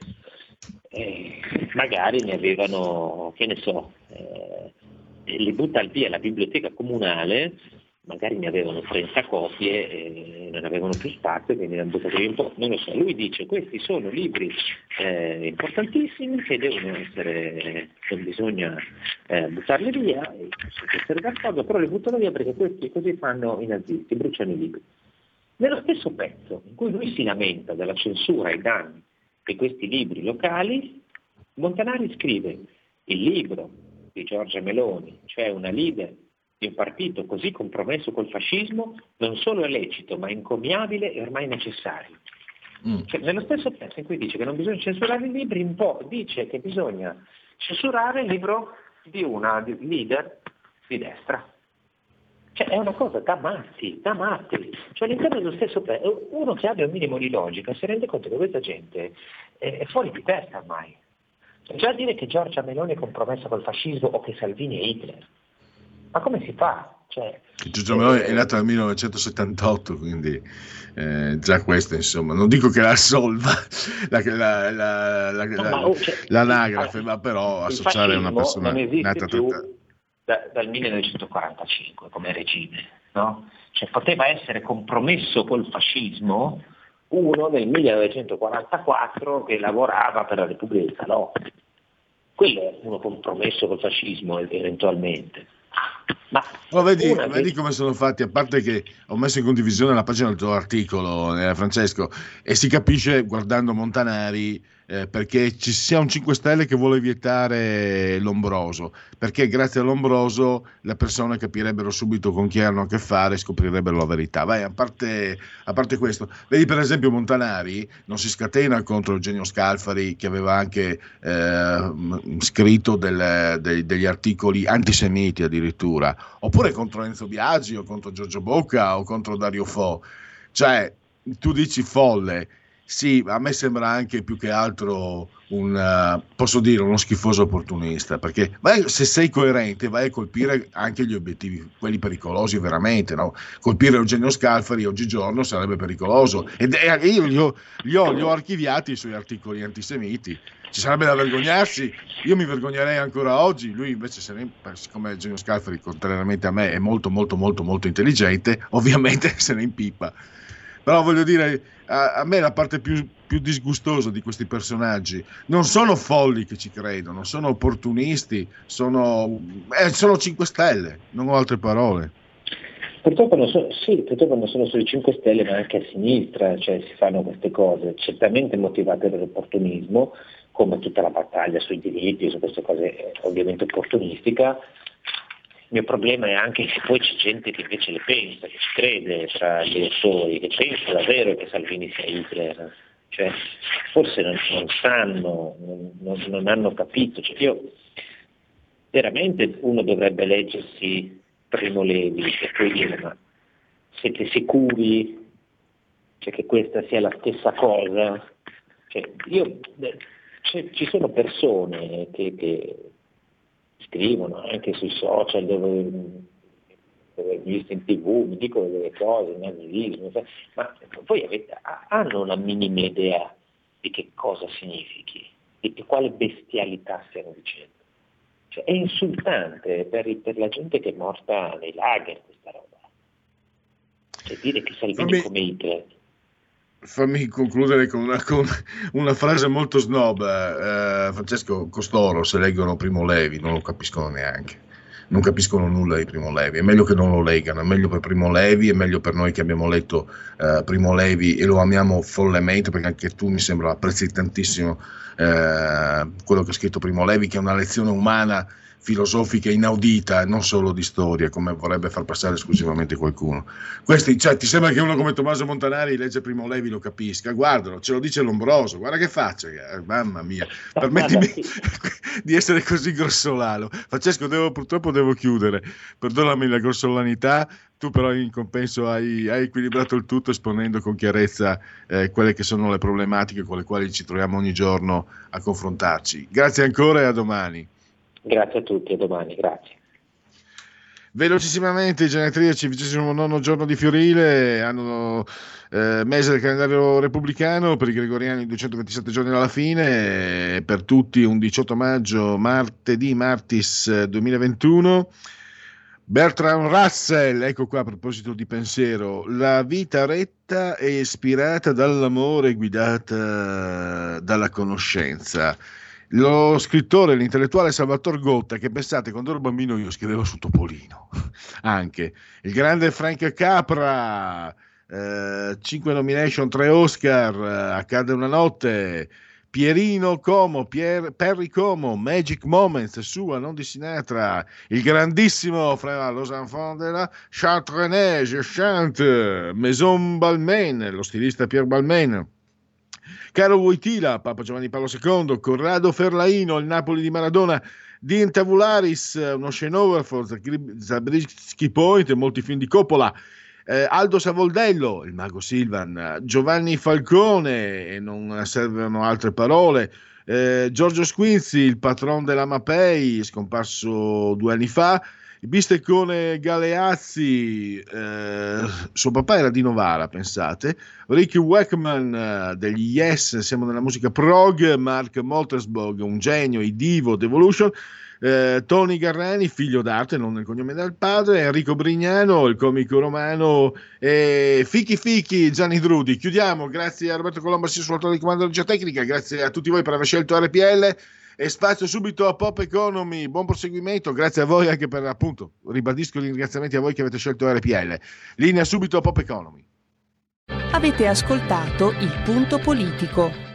B: magari ne avevano, che ne so, li butta via la biblioteca comunale, magari ne avevano 30 copie e non avevano più spazio, quindi ne hanno buttati via un po', non lo so. Lui dice questi sono libri importantissimi che devono essere, non bisogna buttarli via, e possono essere d'accordo, però li buttano via perché questi così fanno i nazisti, bruciano i libri. Nello stesso pezzo in cui lui si lamenta della censura ai danni di questi libri locali, Montanari scrive: il libro di Giorgia Meloni, cioè una leader di un partito così compromesso col fascismo, non solo è lecito, ma encomiabile e ormai necessario. Cioè, nello stesso pezzo in cui dice che non bisogna censurare i libri, un po' dice che bisogna censurare il libro di una leader di destra. Cioè, è una cosa da matti. Cioè, all'interno dello stesso pezzo, uno che abbia un minimo di logica si rende conto che questa gente è fuori di testa ormai. Cioè, già dire che Giorgia Meloni è compromessa col fascismo o che Salvini è Hitler, ma come si fa? Cioè,
F: Giorgia Meloni è nata nel 1978, quindi già questo, insomma, non dico che la assolva l'anagrafe, ma però associare una persona
B: non esiste
F: nata
B: più dal 1945 come regime, no? Cioè, poteva essere compromesso col fascismo uno nel 1944 che lavorava per la Repubblica di Salò. Quello è uno compromesso col fascismo eventualmente. Ma
F: vedi come sono fatti, a parte che ho messo in condivisione la pagina del tuo articolo, Francesco, e si capisce guardando Montanari perché ci sia un 5 Stelle che vuole vietare Lombroso, perché grazie a Lombroso le persone capirebbero subito con chi hanno a che fare e scoprirebbero la verità. Vai, a parte questo, vedi per esempio Montanari non si scatena contro Eugenio Scalfari, che aveva anche scritto degli articoli antisemiti addirittura, oppure contro Enzo Biagi o contro Giorgio Bocca o contro Dario Fo. Cioè, tu dici folle. Sì, a me sembra anche più che altro uno schifoso opportunista, perché se sei coerente vai a colpire anche gli obiettivi, quelli pericolosi veramente, no? Colpire Eugenio Scalfari oggigiorno sarebbe pericoloso, ed io li ho archiviati i suoi articoli antisemiti. Ci sarebbe da vergognarsi, io mi vergognerei ancora oggi. Lui invece, siccome Eugenio Scalfari, contrariamente a me, è molto molto molto molto intelligente, ovviamente se ne impippa. Però voglio dire, a me la parte più disgustosa di questi personaggi non sono folli che ci credono, sono opportunisti, sono 5 Stelle, non ho altre parole.
B: Purtroppo non sono solo i 5 Stelle, ma anche a sinistra, cioè si fanno queste cose, certamente motivate dall'opportunismo, come tutta la battaglia sui diritti, su queste cose ovviamente opportunistica. Il mio problema è anche che poi c'è gente che invece le pensa, che ci crede tra gli elettori, che pensa davvero che Salvini sia Hitler. Cioè, forse non sanno, non hanno capito. Cioè, veramente uno dovrebbe leggersi Primo Levi e poi dire: ma siete sicuri che questa sia la stessa cosa? Ci sono persone che scrivono anche sui social, dove ho visto in TV, mi dicono delle cose, nazismo, ma poi hanno una minima idea di che cosa significhi, di quale bestialità stiamo dicendo. Cioè, è insultante per la gente che è morta nei lager questa roba. Cioè, dire che Salvini come Hitler.
F: Fammi concludere con una frase molto snob. Francesco, costoro se leggono Primo Levi non lo capiscono neanche, non capiscono nulla di Primo Levi. È meglio che non lo leggano, è meglio per Primo Levi, è meglio per noi che abbiamo letto Primo Levi e lo amiamo follemente, perché anche tu mi sembra apprezzi tantissimo quello che ha scritto Primo Levi, che è una lezione umana, filosofica inaudita, non solo di storia, come vorrebbe far passare esclusivamente qualcuno. Ti sembra che uno come Tommaso Montanari legge Primo Levi lo capisca? Guardalo, ce lo dice Lombroso, guarda che faccia, mamma mia, permettimi di essere così grossolano. Francesco, purtroppo devo chiudere, perdonami la grossolanità, tu però in compenso hai equilibrato il tutto esponendo con chiarezza quelle che sono le problematiche con le quali ci troviamo ogni giorno a confrontarci. Grazie ancora e a domani.
B: Grazie a tutti, a domani, grazie.
F: Velocissimamente i genetriaci, 29 giorno di Fiorile, hanno mese del calendario repubblicano, per i gregoriani 227 giorni alla fine, per tutti un 18 maggio, martis 2021. Bertrand Russell, ecco qua a proposito di pensiero: la vita retta è ispirata dall'amore, guidata dalla conoscenza. Lo scrittore, l'intellettuale Salvatore Gotta, che pensate, quando ero bambino io scrivevo su Topolino, anche il grande Frank Capra, 5 nomination, 3 Oscar, Accade una notte, Pierino Como, Perry Como, Magic Moments, sua, non di Sinatra, il grandissimo Los Enfants de la Chartreuse, Chante, Maison Balmain, lo stilista Pierre Balmain, Caro Wojtyla, Papa Giovanni Paolo II, Corrado Ferlaino, il Napoli di Maradona, Dean Tavularis, uno scenografo, Zabriskie Point, molti film di Coppola, Aldo Savoldello, il mago Silvan, Giovanni Falcone, e non servono altre parole, Giorgio Squinzi, il patron della Mapei, scomparso 2 anni fa, Bisteccone Galeazzi, suo papà era di Novara, pensate, Ricky Wakeman degli Yes, siamo nella musica prog, Mark Mothersbaugh, un genio, i Divo, Devolution, Tony Garrani, figlio d'arte, non il cognome del padre, Enrico Brignano, il comico romano, Fichi, Gianni Drudi. Chiudiamo, grazie a Roberto Colombo, sul di comando della tecnica, grazie a tutti voi per aver scelto RPL e spazio subito a Pop Economy. Buon proseguimento, grazie a voi anche per, appunto, ribadisco i ringraziamenti a voi che avete scelto RPL. Linea subito a Pop Economy.
A: Avete ascoltato Il Punto Politico.